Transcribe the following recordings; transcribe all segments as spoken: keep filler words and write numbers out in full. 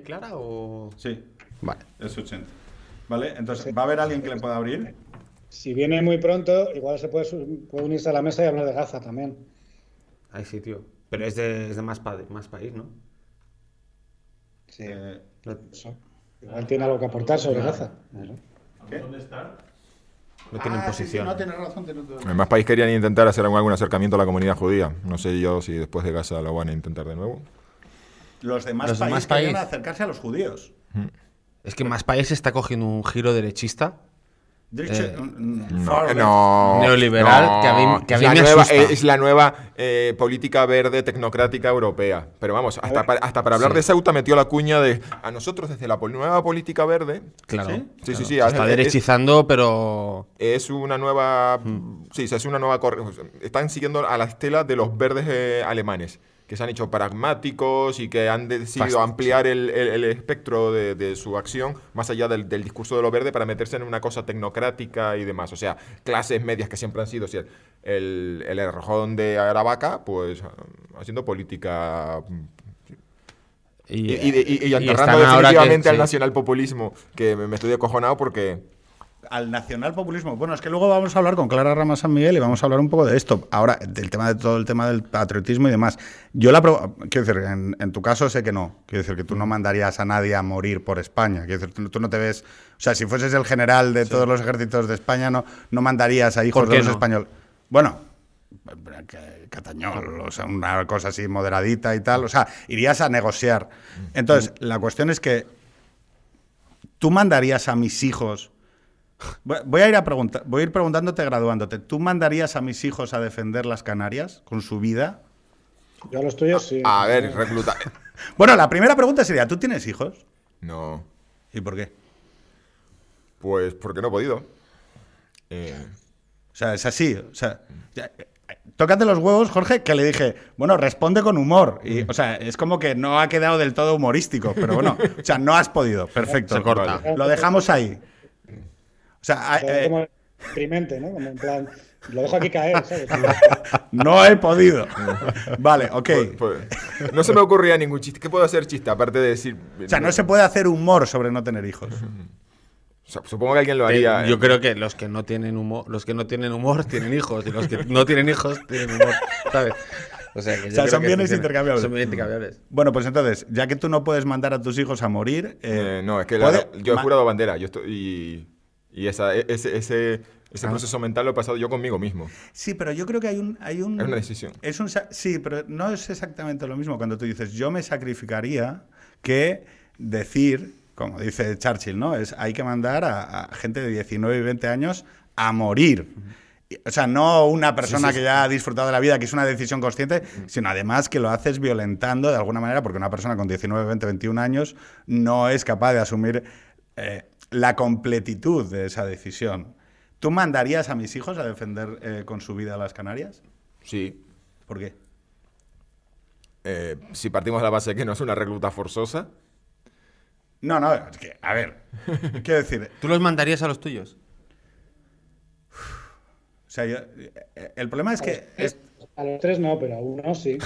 clara o...? Sí. Vale. Es ochenta. ¿Vale? Entonces, ¿va a haber alguien que le pueda abrir? Si viene muy pronto, igual se puede, puede unirse a la mesa y hablar de Gaza también. Ahí sí, tío. Pero es de, es de más, pa más país, ¿no? Sí. Eh, Eso. Igual tiene algo que aportar sobre Gaza. ¿Qué? ¿Dónde está? No tienen Ah, sí, sí, posición. no, tienes razón. Tienes razón. En más país querían intentar hacer algún acercamiento a la comunidad judía. No sé yo si después de Gaza lo van a intentar de nuevo. Los demás Los países demás querían país. acercarse a los judíos. Es que más país está cogiendo un giro derechista. Derecho- Eh, mm, No, far left. no, Neoliberal, no. que a mí- que a Es mí la me nueva, asusta. Es la nueva eh, política verde tecnocrática europea. Pero vamos, hasta, para, hasta para hablar Sí. de Ceuta metió la cuña de a nosotros desde la pol- nueva política verde. Claro. ¿Sí? Sí, claro. sí, sí. Se está es- derechizando, pero... Es una nueva. Mm. Sí, es una nueva. corre- Están siguiendo a la estela de los verdes eh, alemanes, que se han hecho pragmáticos y que han decidido Fast- ampliar el, el- el espectro de, de su acción más allá del, del discurso de lo verde para meterse en una cosa tecnocrática y demás. O sea, clases medias que siempre han sido, o sea, el, el errojón de Aravaca, pues haciendo política. Y, y, y- y y enterrando están ahora que- definitivamente al sí. nacionalpopulismo, que me, me estoy acojonado porque. Al nacionalpopulismo. Bueno, es que luego vamos a hablar con Clara Rama San Miguel y vamos a hablar un poco de esto. Ahora, del tema de todo el tema del patriotismo y demás. Yo la pro- quiero decir, en, en tu caso sé que no. Quiero decir que tú no mandarías a nadie a morir por España. Quiero decir, tú, tú no te ves. O sea, si fueses el general de todos los ejércitos de España, no, no mandarías a hijos ¿Por de qué los no? españoles. Bueno, que- Catañol, o sea, una cosa así moderadita y tal. O sea, irías a negociar. Entonces, la cuestión es que tú mandarías a mis hijos. Voy voy a ir a preguntar, voy a ir preguntándote graduándote. ¿Tú mandarías a mis hijos a defender las Canarias con su vida? Yo a los tuyos sí. A ver, recluta. Bueno, la primera pregunta sería, ¿tú tienes hijos? No. ¿Y por qué? Pues porque no he podido. Eh, O sea, es así. O sea, ya, eh, tócate los huevos, Jorge, que le dije, bueno, responde con humor. Y, o sea, es como que no ha quedado del todo humorístico, pero bueno, o sea, no has podido. Perfecto. Se corta. Vale. Lo dejamos ahí. O sea, Todo eh, como exprimente, ¿no? Como en plan, lo dejo aquí caer, ¿sabes? no he podido. Vale, ok. pues- pues, no se me ocurría ningún chiste. ¿Qué puedo hacer chiste? Aparte de decir. O sea, no se puede hacer humor sobre no tener hijos. O sea, supongo que alguien lo haría. Eh, yo eh. creo que los que no tienen humor, los que no tienen humor tienen hijos y los que no tienen hijos tienen humor, ¿sabes? O sea, que yo O sea, creo son que bienes funciona. intercambiables. Son bienes intercambiables. Bueno, pues entonces, ya que tú no puedes mandar a tus hijos a morir... eh, Eh, no, es que la- puede- yo he ma- jurado bandera. Yo estoy. Y, y esa, e- ese, ese, ese Ah. proceso mental lo he pasado yo conmigo mismo. Sí, pero yo creo que hay un... Hay un Es una decisión. es un sa- sí, pero no es exactamente lo mismo cuando tú dices yo me sacrificaría que decir, como dice Churchill, ¿no? Es hay que mandar a, a gente de diecinueve y veinte años a morir. Y- O sea, no una persona Sí, sí, que ya ha disfrutado de la vida, que es una decisión consciente, sino además que lo haces violentando de alguna manera, porque una persona con diecinueve, veinte, veintiún años no es capaz de asumir eh, la completitud de esa decisión. ¿Tú mandarías a mis hijos a defender eh, con su vida a las Canarias? Sí. ¿Por qué? Eh, si partimos de la base de que no es una recluta forzosa. No, no, es que, a ver, quiero decir, ¿Tú los mandarías a los tuyos? o sea, yo- eh, el problema es que... es- A los tres no, pero a uno sí.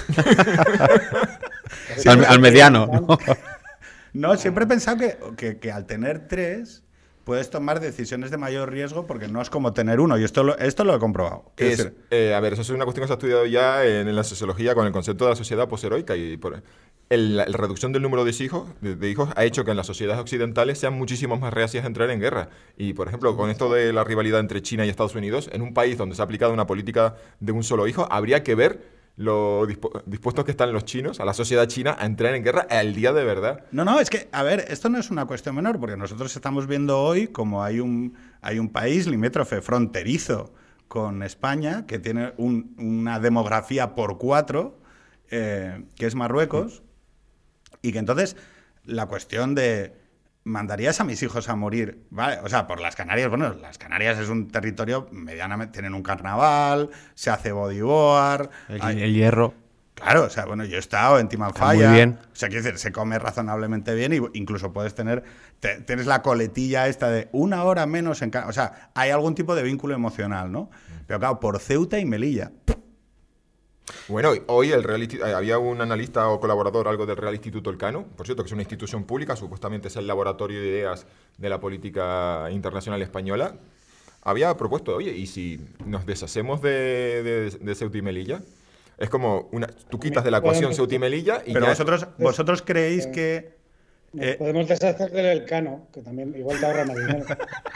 al, al mediano, ¿no? no, siempre he pensado que, que, que al tener tres puedes tomar decisiones de mayor riesgo porque no es como tener uno, y esto lo, esto lo he comprobado. Quiero Es, decir, eh, a ver, eso es una cuestión que se ha estudiado ya en, en la sociología con el concepto de la sociedad posheroica y por el- la, la reducción del número de hijos, de, de hijos ha hecho que en las sociedades occidentales sean muchísimo más reacias a entrar en guerra. Y, por ejemplo, con esto de la rivalidad entre China y Estados Unidos, en un país donde se ha aplicado una política de un solo hijo, habría que ver lo dispu- dispuestos que están los chinos, a la sociedad china, a entrar en guerra al día de verdad. no, no, es que, a ver, esto no es una cuestión menor, porque nosotros estamos viendo hoy como hay un, hay un país limítrofe fronterizo con España que tiene un- una demografía por cuatro, eh, que es Marruecos, y que entonces la cuestión de ¿mandarías a mis hijos a morir? Vale, o sea, por las Canarias, bueno, las Canarias es un territorio medianamente, tienen un carnaval, se hace bodyboard, El, hay- el hierro. Claro, o sea, bueno, yo he estado en Timanfaya. Está muy bien. O sea, quiero decir, se come razonablemente bien y incluso puedes tener, te- tienes la coletilla esta de una hora menos en cada... O sea, hay algún tipo de vínculo emocional, ¿no? Pero claro, por Ceuta y Melilla. Bueno, hoy el Real Insti- había un analista o colaborador, algo del Real Instituto Elcano, por cierto, que es una institución pública, supuestamente es el laboratorio de ideas de la política internacional española. Había propuesto, oye, ¿y si nos deshacemos de, de, de Ceuta y Melilla? Es como, una, tú quitas de la ecuación Ceuta y Melilla y Pero ya... vosotros, vosotros creéis que... Nos eh, podemos deshacer del Elcano, que también igual te ahorra más dinero.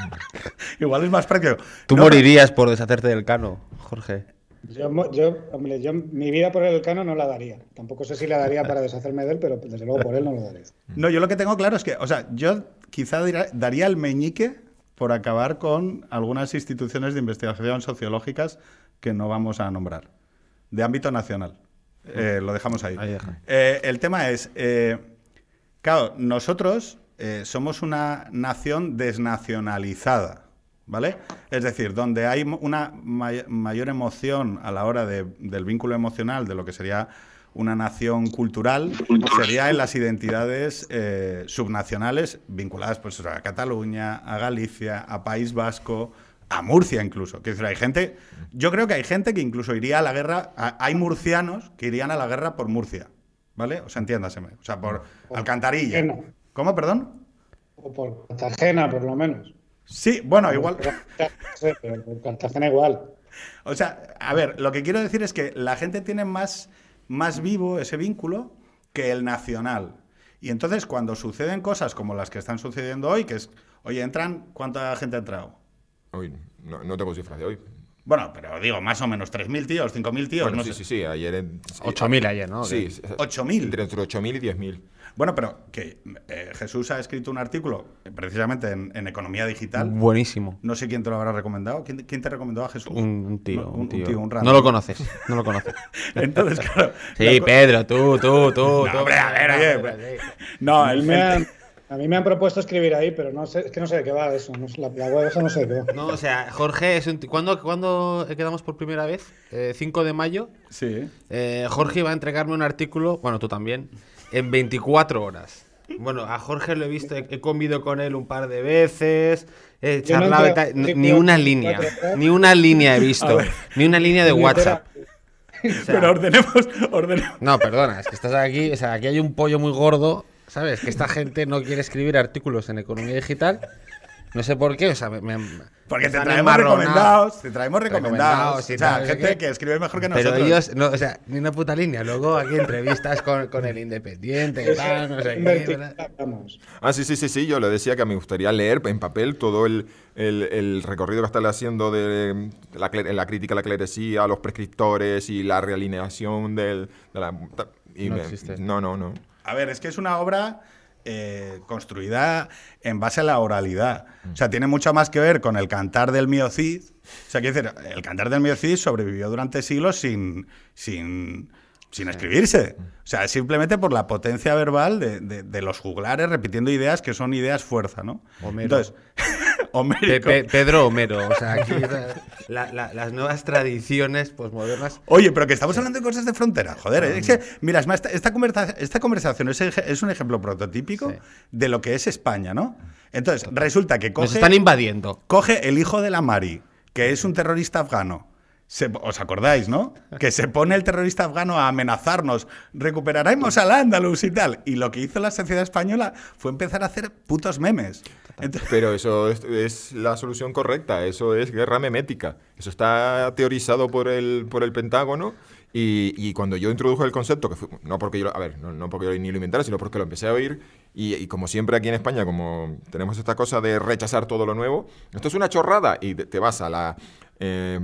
igual es más práctico. Tú No, morirías por deshacerte del Cano, Jorge. Yo, mo- yo, hombre, yo mi vida por el Elcano no la daría. Tampoco sé si la daría para deshacerme de él, pero desde luego por él no lo daría. No, yo lo que tengo claro es que, o sea, yo quizá dirá- daría el meñique por acabar con algunas instituciones de investigación sociológicas que no vamos a nombrar, de ámbito nacional. Eh, lo dejamos ahí. Ahí deja. Eh, el tema es, eh, claro, nosotros eh, somos una nación desnacionalizada, ¿vale? Es decir, donde hay mo- una may- mayor emoción a la hora de- del vínculo emocional de lo que sería una nación cultural, sería en las identidades eh, subnacionales vinculadas pues, a Cataluña, a Galicia, a País Vasco, a Murcia incluso. Que, es decir, hay gente, yo creo que hay gente que incluso iría a la guerra, a- hay murcianos que irían a la guerra por Murcia, ¿vale? O sea, entiéndaseme, o sea, por Alcantarilla. Cartagena. ¿Cómo, perdón? O por Cartagena, por lo menos. Sí, bueno, igual... No sé, pero por Cartagena igual. O sea, a ver, lo que quiero decir es que la gente tiene más, más vivo ese vínculo que el nacional. Y entonces cuando suceden cosas como las que están sucediendo hoy, que es, oye, entran, ¿cuánta gente ha entrado? Hoy, no, no tengo cifras de hoy. Bueno, pero digo, más o menos tres mil tíos, cinco mil tíos, Bueno, no sí, sé. sí, sí, ayer... En, ocho mil ayer, ¿no? Sí, ¿O qué? ocho mil. Entre, entre ocho mil y diez mil. Bueno, pero que eh, Jesús ha escrito un artículo eh, precisamente en, en Economía Digital. Buenísimo. No sé quién te lo habrá recomendado. ¿Quién, quién te recomendó a Jesús? Un, un tío, No, un tío. un random. No lo conoces, no lo conoces. Entonces, claro. Sí, la co- Pedro, tú, tú, tú. No, tú. hombre, a ver, oye, pues- No, A mí, el, me el- han, a mí me han propuesto escribir ahí, pero no sé, es que no sé de qué va eso. No sé, la, la web esa no sé de qué va. No, o sea, Jorge es un tío. ¿Cuándo, ¿Cuándo quedamos por primera vez? Eh, cinco de mayo. Sí. Eh, Jorge iba a entregarme un artículo, bueno, tú también, en veinticuatro horas. Bueno, a Jorge lo he visto, he, he comido con él un par de veces, he Yo no charlado y entro- tal, ni, sí, ni pero una veinticuatro línea, horas. ni una línea he visto, A ver. ni una línea de Ni WhatsApp. entera. O sea, Pero ordenemos, ordenemos. no, perdona, es que estás aquí, o sea, aquí hay un pollo muy gordo, ¿sabes? Que esta gente no quiere escribir artículos en economía digital, no sé por qué, o sea, me, me- Porque me te han traemos emmarronado. recomendados, te traemos recomendados. Recomendados y o sea, tal, no sé gente qué. que escribe mejor que Pero nosotros. ellos, no, o sea, ni una puta línea. Luego aquí entrevistas con, con el Independiente, tal, no sé qué. Invertir, ¿verdad? vamos. Ah, sí, sí, sí, sí. Yo le decía que me gustaría leer en papel todo el, el, el recorrido que está haciendo de la, cle- la crítica a la clerecía, a los prescriptores y la realineación del, de la... y No me- existe. No, no, no. A ver, es que es una obra eh, construida en base a la oralidad. O sea, tiene mucho más que ver con el cantar del Mío Cid. O sea, quiero decir, el cantar del Mío Cid sobrevivió durante siglos sin, sin, sin escribirse. O sea, simplemente por la potencia verbal de, de- de los juglares repitiendo ideas que son ideas fuerza, ¿no? Homero. Entonces, Homero. Pe- Pe- Pedro Homero, o sea, aquí la- la- las nuevas tradiciones posmodernas. Oye, pero que estamos hablando de cosas de frontera, joder. Es que, mira, es más, esta, esta, conversa- esta conversación es, ej- es un ejemplo prototípico Sí. de lo que es España, ¿no? Entonces, resulta que Nos coge, están invadiendo. coge el hijo de la Mari, que es un terrorista afgano. Se- ¿Os acordáis, no? Que se pone el terrorista afgano a amenazarnos, recuperaremos al Andalus y tal. Y lo que hizo la sociedad española fue empezar a hacer putos memes. Entonces, Pero eso es, es la solución correcta. Eso es guerra memética. Eso está teorizado por el, por el Pentágono. Y, y cuando yo introduje el concepto, que fue, no porque yo, lo- a ver, no, no porque yo ni lo inventara, sino porque lo empecé a oír, y, y como siempre aquí en España, como tenemos esta cosa de rechazar todo lo nuevo, esto es una chorrada, y te, te vas a la eh,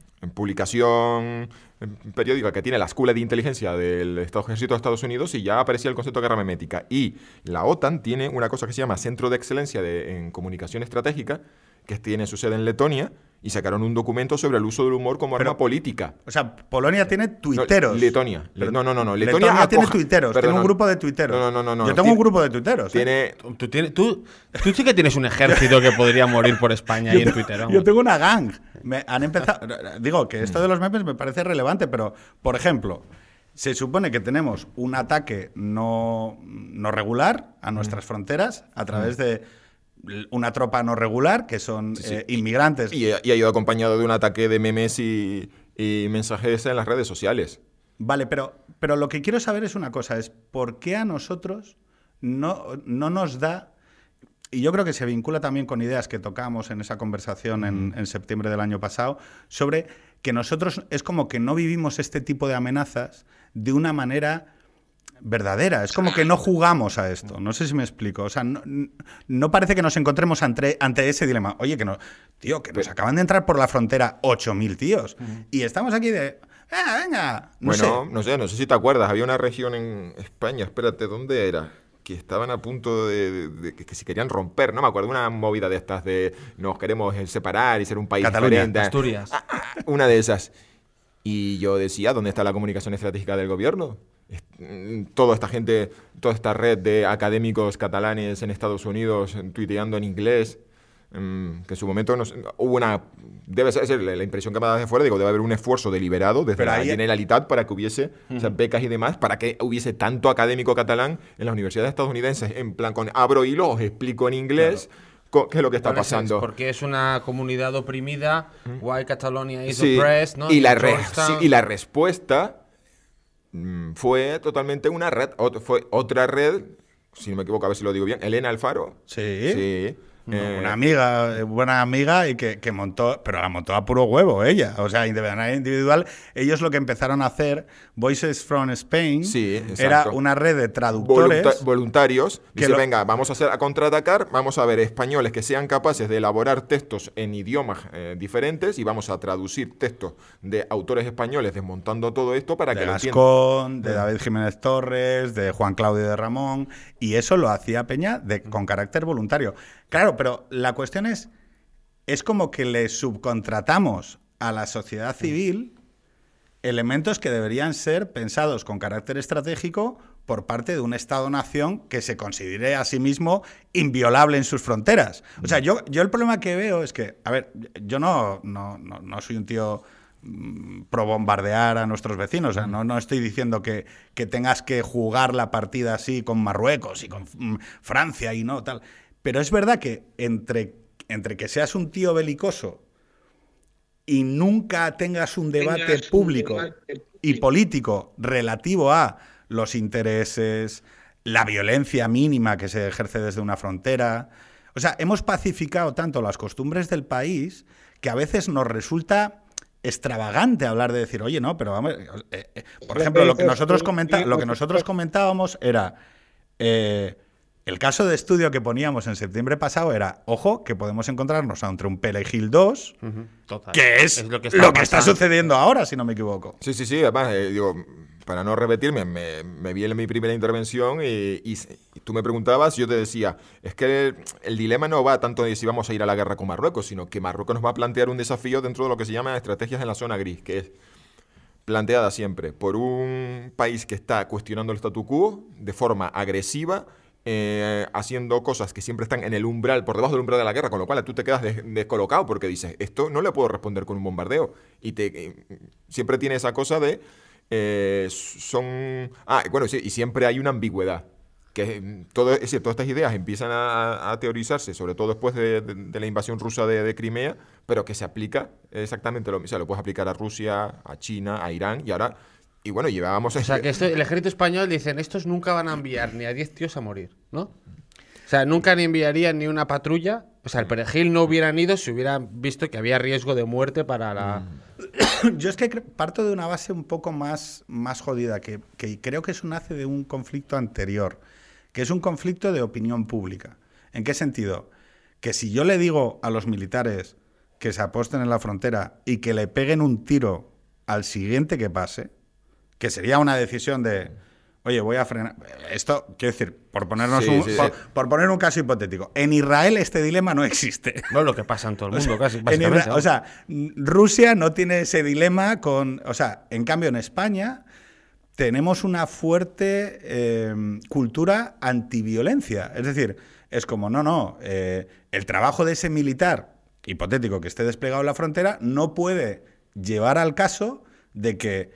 publicación periódica que tiene la Escuela de Inteligencia del Estado Ejército de Estados Unidos y ya aparecía el concepto de guerra memética. Y la OTAN tiene una cosa que se llama Centro de Excelencia de, en Comunicación Estratégica, que tiene su sede en Letonia, y sacaron un documento sobre el uso del humor como Pero- arma política. o sea, Polonia tiene No, tuiteros. Letonia. Le- Pero- no, no, no, no. Letonia, Letonia, tiene acoja- tuiteros, Perdón, tiene un no. grupo de tuiteros. No, no, no, no. Yo no. tengo Tiene- un grupo de tuiteros. ¿eh? Tiene, Tú, tienes, tú, tú sí que tienes un ejército que podría morir por España ahí en Twitter. vamos. Yo tengo una gang. Me han empezado. Digo que esto de los memes me parece relevante, pero, por ejemplo, se supone que tenemos un ataque no, no regular a nuestras fronteras a través de una tropa no regular, que son Sí, sí. eh, inmigrantes. y, y ha ido acompañado de un ataque de memes y, y mensajes en las redes sociales. Vale, pero, pero lo que quiero saber es una cosa, es por qué a nosotros no, no nos da... Y yo creo que se vincula también con ideas que tocamos en esa conversación en, en septiembre del año pasado, sobre que nosotros es como que no vivimos este tipo de amenazas de una manera verdadera. Es como que no jugamos a esto. No sé si me explico. O sea, no, no parece que nos encontremos ante, ante ese dilema. Oye, que no, tío, que nos acaban de entrar por la frontera ocho mil tíos. Uh-huh. Y estamos aquí de... Ah, venga, no bueno, sé. no sé, no sé si te acuerdas. Había una región en España, espérate, ¿dónde era? Que estaban a punto de, de, de, de que si querían romper, no me acuerdo, una movida de estas de nos queremos separar y ser un país Cataluña, diferente. Asturias. Una de esas. Y yo decía, ¿dónde está la comunicación estratégica del gobierno? Toda esta gente, toda esta red de académicos catalanes en Estados Unidos tuiteando en inglés, que en su momento no, hubo una... Debe ser la impresión que me da desde fuera, digo, debe haber un esfuerzo deliberado desde Pero la ahí... Generalitat para que hubiese uh-huh. o sea, becas y demás, para que hubiese tanto académico catalán en las universidades estadounidenses, en plan con abro hilo, os explico en inglés... Claro. ¿Qué es lo que está pasando? Es porque es una comunidad oprimida, ¿Mm? Why Catalonia is sí. oppressed, ¿no? Y la, re sí, y la respuesta mmm, fue totalmente una red, ot fue otra red, si no me equivoco, a ver si lo digo bien, Elena Alfaro. Sí. Sí. Eh, una amiga, buena amiga, y que, que montó, pero la montó a puro huevo ella, o sea, de manera individual. Ellos lo que empezaron a hacer, Voices from Spain, sí, era una red de traductores. Volunta voluntarios. Que dice, lo... venga, vamos a, hacer, a contraatacar, vamos a ver españoles que sean capaces de elaborar textos en idiomas eh, diferentes y vamos a traducir textos de autores españoles desmontando todo esto para de que Gascón, lo entiendan. De David Jiménez Torres, de Juan Claudio de Ramón, y eso lo hacía Peña de, con carácter voluntario. Claro, pero la cuestión es, es como que le subcontratamos a la sociedad civil elementos que deberían ser pensados con carácter estratégico por parte de un Estado-nación que se considere a sí mismo inviolable en sus fronteras. O sea, yo, yo el problema que veo es que, a ver, yo no, no, no, no soy un tío mmm, pro bombardear a nuestros vecinos, o sea, no, no estoy diciendo que, que tengas que jugar la partida así con Marruecos y con mmm, Francia y no, tal... Pero es verdad que entre, entre que seas un tío belicoso y nunca tengas un debate tengas público un debate. y político relativo a los intereses, la violencia mínima que se ejerce desde una frontera... O sea, hemos pacificado tanto las costumbres del país que a veces nos resulta extravagante hablar de decir, oye, no, pero vamos... Eh, eh, por ejemplo, lo que nosotros, comenta lo que nosotros comentábamos era... Eh, El caso de estudio que poníamos en septiembre pasado era, ojo, que podemos encontrarnos entre un Perejil dos, uh-huh. Total. que es, es lo, que está, lo que está sucediendo ahora, si no me equivoco. Sí, sí, sí. Además, eh, digo, para no repetirme, me, me vi en mi primera intervención y, y, y tú me preguntabas, yo te decía, es que el, el dilema no va tanto de si vamos a ir a la guerra con Marruecos, sino que Marruecos nos va a plantear un desafío dentro de lo que se llama estrategias en la zona gris, que es planteada siempre por un país que está cuestionando el statu quo de forma agresiva, Eh, haciendo cosas que siempre están en el umbral, por debajo del umbral de la guerra, con lo cual tú te quedas des descolocado porque dices, esto no le puedo responder con un bombardeo. Y te, eh, siempre tiene esa cosa de, eh, son... Ah, bueno, sí, y siempre hay una ambigüedad. Que todo, es decir, todas estas ideas empiezan a, a teorizarse, sobre todo después de, de, de la invasión rusa de, de Crimea, pero que se aplica exactamente lo mismo. O sea, lo puedes aplicar a Rusia, a China, a Irán, y ahora... Y bueno, llevábamos... O sea, que esto, el ejército español dicen, estos nunca van a enviar ni a diez tíos a morir, ¿no? O sea, nunca ni enviarían ni una patrulla. O sea, el Perejil no hubieran ido si hubieran visto que había riesgo de muerte para la... Yo es que parto de una base un poco más, más jodida, que, que creo que eso nace de un conflicto anterior, que es un conflicto de opinión pública. ¿En qué sentido? Que si yo le digo a los militares que se aposten en la frontera y que le peguen un tiro al siguiente que pase... que sería una decisión de, oye, voy a frenar. Esto, quiero decir, por ponernos sí, un, sí, por, sí. por poner un caso hipotético. En Israel este dilema no existe. No es lo que pasa en todo el mundo, o sea, casi, básicamente. Israel, o sea, Rusia no tiene ese dilema con... O sea, en cambio en España tenemos una fuerte eh, cultura antiviolencia. Es decir, es como, no, no, eh, el trabajo de ese militar hipotético que esté desplegado en la frontera no puede llevar al caso de que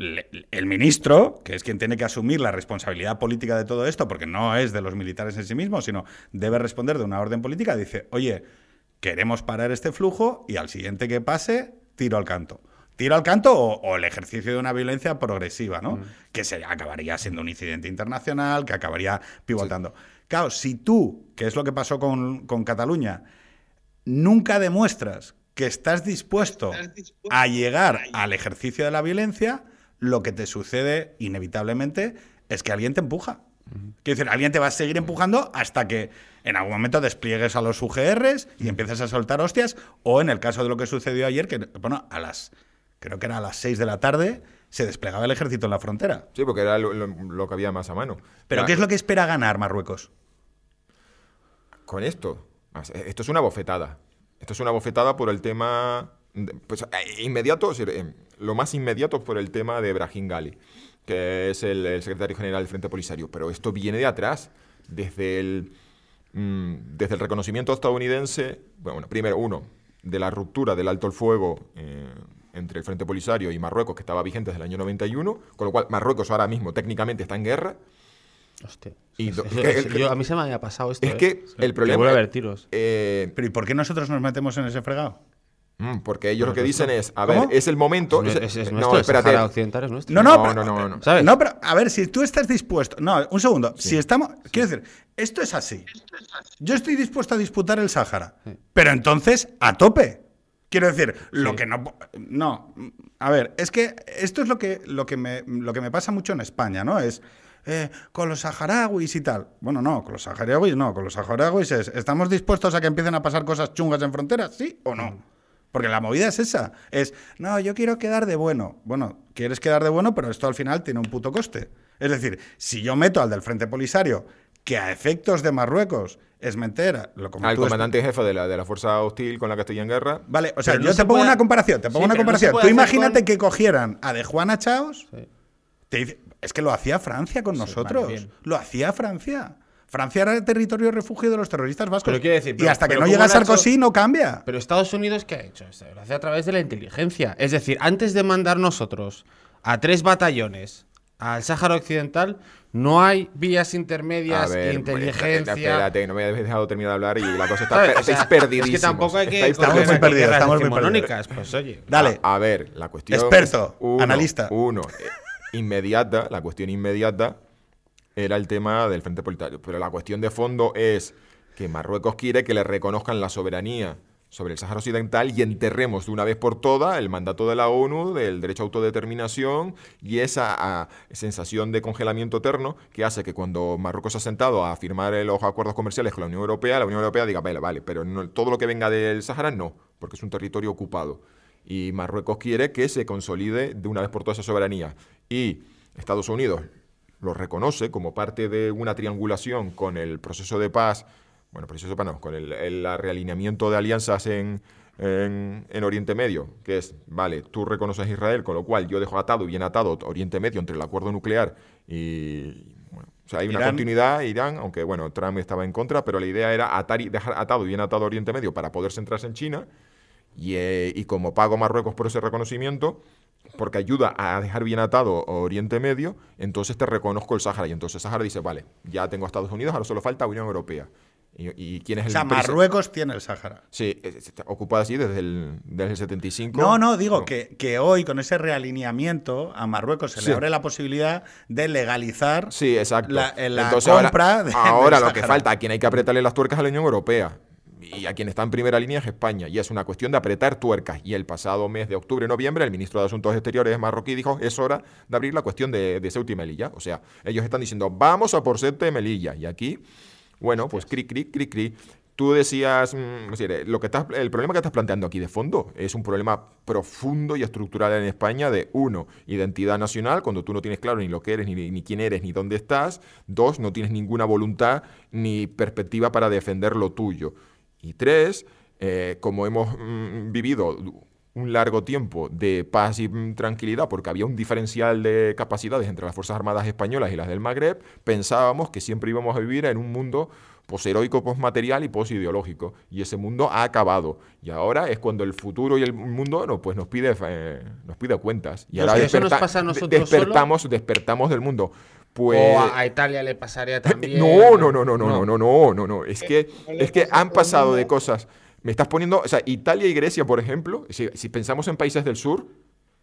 el ministro, que es quien tiene que asumir la responsabilidad política de todo esto, porque no es de los militares en sí mismos, sino debe responder de una orden política, dice, oye, queremos parar este flujo y al siguiente que pase, tiro al canto. tiro al canto o, o el ejercicio de una violencia progresiva, ¿no? Mm. Que se acabaría siendo un incidente internacional, que acabaría pivotando. Sí. Claro, si tú, que es lo que pasó con, con Cataluña, nunca demuestras que estás dispuesto, estás dispuesto a llegar al ejercicio de la violencia, lo que te sucede inevitablemente es que alguien te empuja. Uh-huh. Quiero decir, alguien te va a seguir empujando hasta que en algún momento despliegues a los U G Rs y empieces a soltar hostias, o en el caso de lo que sucedió ayer, que bueno, a las, creo que era a las seis de la tarde, se desplegaba el ejército en la frontera. Sí, porque era lo, lo, lo que había más a mano. ¿Pero la... qué es lo que espera ganar Marruecos? Con esto, esto es una bofetada. Esto es una bofetada por el tema... Pues, inmediato, lo más inmediato por el tema de Brahim Ghali, que es el, el secretario general del Frente Polisario. Pero esto viene de atrás, desde el, mmm, desde el reconocimiento estadounidense, bueno, primero, uno, de la ruptura del alto el fuego eh, entre el Frente Polisario y Marruecos, que estaba vigente desde el año noventa y uno, con lo cual Marruecos ahora mismo técnicamente está en guerra. Hostia. Y do, es, es, es, yo, a mí se me había pasado esto. Es eh. que sí, el problema... Que vuelve a haber tiros. Eh, Pero ¿y por qué nosotros nos metemos en ese fregado? Porque ellos Pero lo que dicen esto, es, a ver, ¿cómo? es el momento... Es, es, es, es no, nuestro, espérate. El Sahara Occidental es nuestro. No, no, no, pero, no, no, no. ¿sabes? No, pero a ver, si tú estás dispuesto... No, un segundo. Sí. Si estamos... Quiero decir, esto es así. Yo estoy dispuesto a disputar el Sáhara, sí. Pero entonces, a tope. Quiero decir, lo sí. que no... No, a ver, es que esto es lo que, lo que, me, lo que me pasa mucho en España, ¿no? Es... Eh, con los saharauis y tal. Bueno, no, con los saharauis no. Con los saharauis es, ¿estamos dispuestos a que empiecen a pasar cosas chungas en fronteras? ¿Sí o no? Porque la movida es esa. Es, no, yo quiero quedar de bueno. Bueno, quieres quedar de bueno, pero esto al final tiene un puto coste. Es decir, si yo meto al del Frente Polisario, que a efectos de Marruecos es meter... Lo como al comandante jefe de la, de la fuerza hostil con la que estoy en guerra. Vale, o sea, pero yo no te pongo puede... una comparación. Te pongo sí, una comparación. No Tú imagínate con... que cogieran a de Juana Chaos... Sí. Te dice, es que lo hacía Francia con sí, nosotros. Vale, lo hacía Francia. Francia era el territorio refugio de los terroristas vascos. Pero quiero decir, pero, y hasta que no ¿cómo llega han Sarkozy hecho? No cambia. Pero Estados Unidos, ¿qué ha hecho? Lo hace a través de la inteligencia. Es decir, antes de mandar nosotros a tres batallones al Sáhara Occidental, no hay vías intermedias, ver, inteligencia... Espérate, no me habéis dejado terminar de hablar y la cosa está... Estáis o sea, perdidísimos. Es que tampoco hay que... Estamos muy perdidos, estamos muy perdidos. Pues oye... Dale. A, a ver, la cuestión... Experto, uno, analista. Uno, eh, inmediata, la cuestión inmediata era el tema del Frente Polisario. Pero la cuestión de fondo es que Marruecos quiere que le reconozcan la soberanía sobre el Sáhara Occidental y enterremos de una vez por todas el mandato de la ONU del derecho a autodeterminación y esa a, sensación de congelamiento eterno que hace que cuando Marruecos se ha sentado a firmar los acuerdos comerciales con la Unión Europea, la Unión Europea diga, vale, vale, pero no, todo lo que venga del Sáhara no, porque es un territorio ocupado. Y Marruecos quiere que se consolide de una vez por todas esa soberanía. Y Estados Unidos lo reconoce como parte de una triangulación con el proceso de paz, bueno, proceso de paz no, con el, el realineamiento de alianzas en, en, en Oriente Medio, que es, vale, tú reconoces a Israel, con lo cual yo dejo atado y bien atado Oriente Medio entre el acuerdo nuclear y... Bueno, o sea, hay una Irán. continuidad, Irán, aunque, bueno, Trump estaba en contra, pero la idea era atar y dejar atado y bien atado Oriente Medio para poder centrarse en China. Y, eh, y como pago Marruecos por ese reconocimiento, porque ayuda a dejar bien atado Oriente Medio, entonces te reconozco el Sáhara. Y entonces Sáhara dice, vale, ya tengo a Estados Unidos, ahora solo falta Unión Europea. ¿Y, y quién es el O sea, Marruecos tiene el Sáhara. Sí, está ocupada así desde el, desde el setenta y cinco. No, no, digo no. Que, que hoy con ese realineamiento a Marruecos se sí. le abre la posibilidad de legalizar sí, exacto. la, la entonces, compra ahora, de, ahora lo que falta, a quien hay que apretarle las tuercas a la Unión Europea. Y a quien está en primera línea es España. Y es una cuestión de apretar tuercas. Y el pasado mes de octubre, noviembre, el ministro de Asuntos Exteriores marroquí dijo, es hora de abrir la cuestión de, de Ceuta y Melilla. O sea, ellos están diciendo, vamos a por Ceuta y Melilla. Y aquí, bueno, pues cri, cri, cri, cri. Tú decías, mmm, lo que estás, el problema que estás planteando aquí de fondo es un problema profundo y estructural en España de, uno, identidad nacional, cuando tú no tienes claro ni lo que eres, ni, ni quién eres, ni dónde estás. Dos, no tienes ninguna voluntad ni perspectiva para defender lo tuyo. Y tres, eh, como hemos mm, vivido un largo tiempo de paz y mm, tranquilidad, porque había un diferencial de capacidades entre las Fuerzas Armadas españolas y las del Magreb, pensábamos que siempre íbamos a vivir en un mundo posheroico, posmaterial y posideológico. Y ese mundo ha acabado. Y ahora es cuando el futuro y el mundo no, pues nos pide eh, nos pide cuentas. Y ahora desperta- eso nos pasa a nosotros despertamos, solo? despertamos del mundo. Pues... O a Italia le pasaría también. No, no, no, no, no, no, no, no, no, no. Es que, es que han pasado de cosas. Me estás poniendo, o sea, Italia y Grecia, por ejemplo, si, si pensamos en países del sur,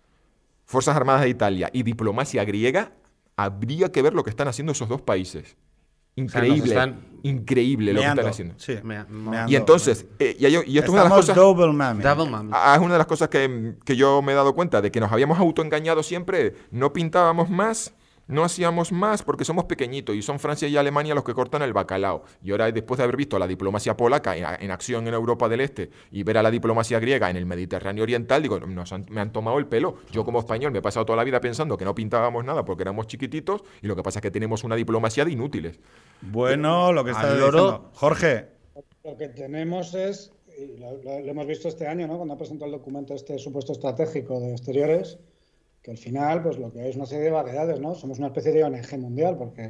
Fuerzas Armadas de Italia y diplomacia griega, habría que ver lo que están haciendo esos dos países. Increíble, O sea, nos están increíble lo Meando, que están haciendo. sí, Me- meando. Y entonces, eh, y, hay- y esto es una de las Estamos cosas... double mami. Double mami. Ah, es una de las cosas que, que yo me he dado cuenta, de que nos habíamos autoengañado siempre, no pintábamos más, no hacíamos más porque somos pequeñitos y son Francia y Alemania los que cortan el bacalao. Y ahora, después de haber visto a la diplomacia polaca en, en acción en Europa del Este y ver a la diplomacia griega en el Mediterráneo Oriental, digo, nos han- me han tomado el pelo. Yo como español me he pasado toda la vida pensando que no pintábamos nada porque éramos chiquititos y lo que pasa es que tenemos una diplomacia de inútiles. Bueno, lo que está Al loro- diciendo. Jorge, Lo que tenemos es, y lo, lo- lo hemos visto este año, ¿no? Cuando ha presentado el documento este supuesto estratégico de exteriores, que al final, pues lo que hay es una serie de vaguedades, ¿no? Somos una especie de O N G mundial, porque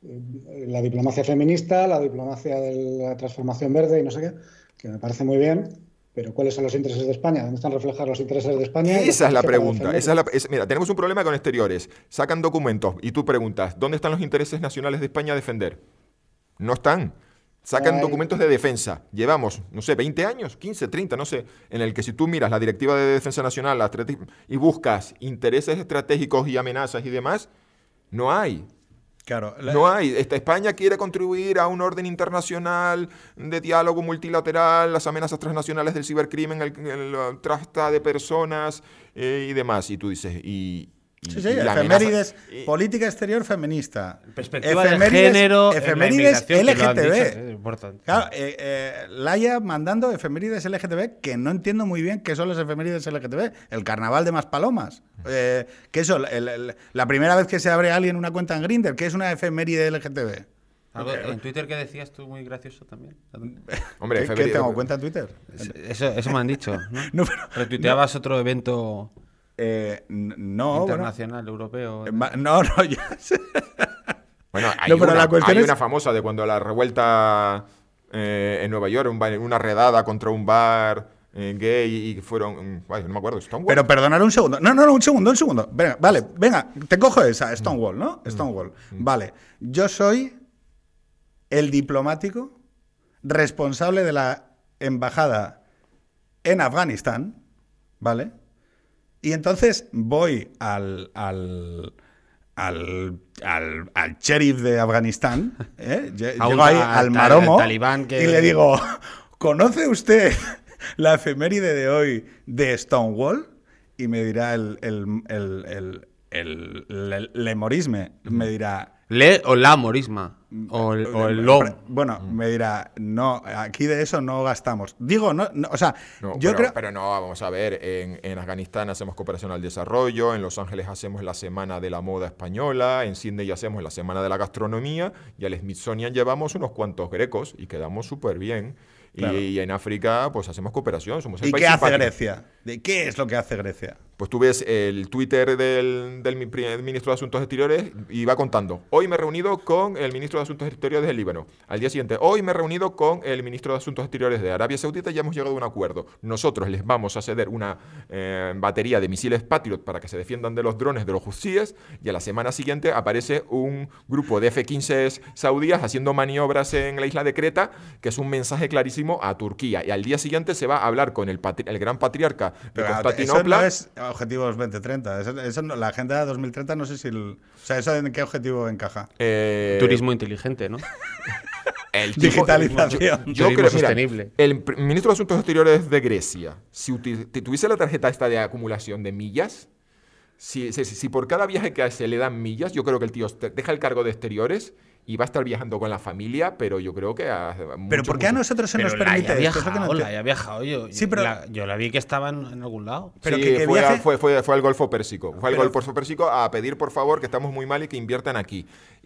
eh, la diplomacia feminista, la diplomacia de la transformación verde y no sé qué, que me parece muy bien, pero ¿cuáles son los intereses de España? ¿Dónde están reflejados los intereses de España? Y Esa es la los que para pregunta. defender. Esa es la, es- mira, tenemos un problema con exteriores. Sacan documentos y tú preguntas, ¿dónde están los intereses nacionales de España a defender? No están. Sacan Ay. documentos de defensa. Llevamos, no sé, veinte años, quince, treinta, no sé, en el que si tú miras la Directiva de Defensa Nacional la estrate- y buscas intereses estratégicos y amenazas y demás, no hay. claro. la- No hay. Esta España quiere contribuir a un orden internacional de diálogo multilateral, las amenazas transnacionales del cibercrimen, el, el, uh, trata de personas eh, y demás. Y tú dices, y... y- Sí, sí, y la amenaza- efemérides, y- política exterior feminista. Perspectiva de Efemérides- género, en la efemérides inmigración, que lo han dicho, L G T B. es importante. Claro, eh, eh, Laia mandando efemérides L G T B, que no entiendo muy bien qué son las efemérides L G T B. El carnaval de Maspalomas. Eh, ¿Qué eso? El- el- la primera vez que se abre a alguien una cuenta en Grindr, ¿qué es una efeméride L G T B? Algo en Twitter que decías tú muy gracioso también. Hombre, ¿Qué, qué efeméride- tengo cuenta en Twitter? Eso, eso me han dicho, ¿no? No, pero- Retuiteabas otro evento Eh, n- no, bueno. internacional, europeo. Eh, ma- No, no, ya sé. Bueno, hay, No, pero una, la cuestión hay es- una famosa de cuando la revuelta eh, en Nueva York, un bar- una redada contra un bar eh, gay y que fueron... mm, ay, no me acuerdo, Stonewall. Pero perdonar un segundo. No, no, no, un segundo, un segundo. Venga, vale, venga, te cojo esa, Stonewall, ¿no? Stonewall. Vale. Yo soy el diplomático responsable de la embajada en Afganistán, ¿vale? Y entonces voy al, al, al, al, al sheriff de Afganistán, ¿eh? Lle- A un- llego ahí al al tal- maromo al talibán que- y le digo, ¿conoce usted la efeméride de hoy de Stonewall? Y me dirá el, el, el, el, el, el lemorisme, me dirá... Le o la morisma. O el, o el lo. Bueno, me dirá, no, aquí de eso no gastamos. Digo, no, no, o sea, No, yo pero, creo... pero no, vamos a ver, en, en Afganistán hacemos cooperación al desarrollo, en Los Ángeles hacemos la Semana de la Moda Española, en Sydney hacemos la Semana de la Gastronomía y al Smithsonian llevamos unos cuantos grecos y quedamos súper bien. Y, Claro. y en África pues hacemos cooperación, somos el ¿Y país qué hace simpático. Grecia? ¿De qué es lo que hace Grecia? Pues tú ves el Twitter del, del mi- primer ministro de Asuntos Exteriores y va contando, hoy me he reunido con el ministro de Asuntos Exteriores del Líbano. Al día siguiente, hoy me he reunido con el ministro de Asuntos Exteriores de Arabia Saudita y ya hemos llegado a un acuerdo. Nosotros les vamos a ceder una eh, batería de misiles Patriot para que se defiendan de los drones de los houthíes y a la semana siguiente aparece un grupo de F quince saudíes haciendo maniobras en la isla de Creta, que es un mensaje clarísimo a Turquía. Y al día siguiente se va a hablar con el, patri- el gran patriarca de Pero eso Constantinopla. no es Objetivos veinte treinta. Eso, eso no- la Agenda dos mil treinta no sé si... el- o sea, ¿eso en qué objetivo encaja? Eh, Turismo inteligente, ¿no? el tipo- Digitalización. Yo, yo Turismo creo, mira, sostenible. el pr- ministro de Asuntos Exteriores de Grecia, si uti- si tuviese la tarjeta esta de acumulación de millas, si, si, si por cada viaje que hace le dan millas, yo creo que el tío te- deja el cargo de exteriores y va a estar viajando con la familia, pero yo creo que a, Pero mucho, ¿por qué a mucho- nosotros se Pero nos la permite haya esto? Es lo que no viajado, la entiendo. haya viajado. Yo, Sí, pero- la- yo la vi que estaba en, en algún lado. Pero Sí, que- que fue, a- viaje- fue, fue, fue al Golfo Pérsico. Fue al Pero- Golfo Pérsico a pedir, por favor, que estamos muy mal y que inviertan aquí.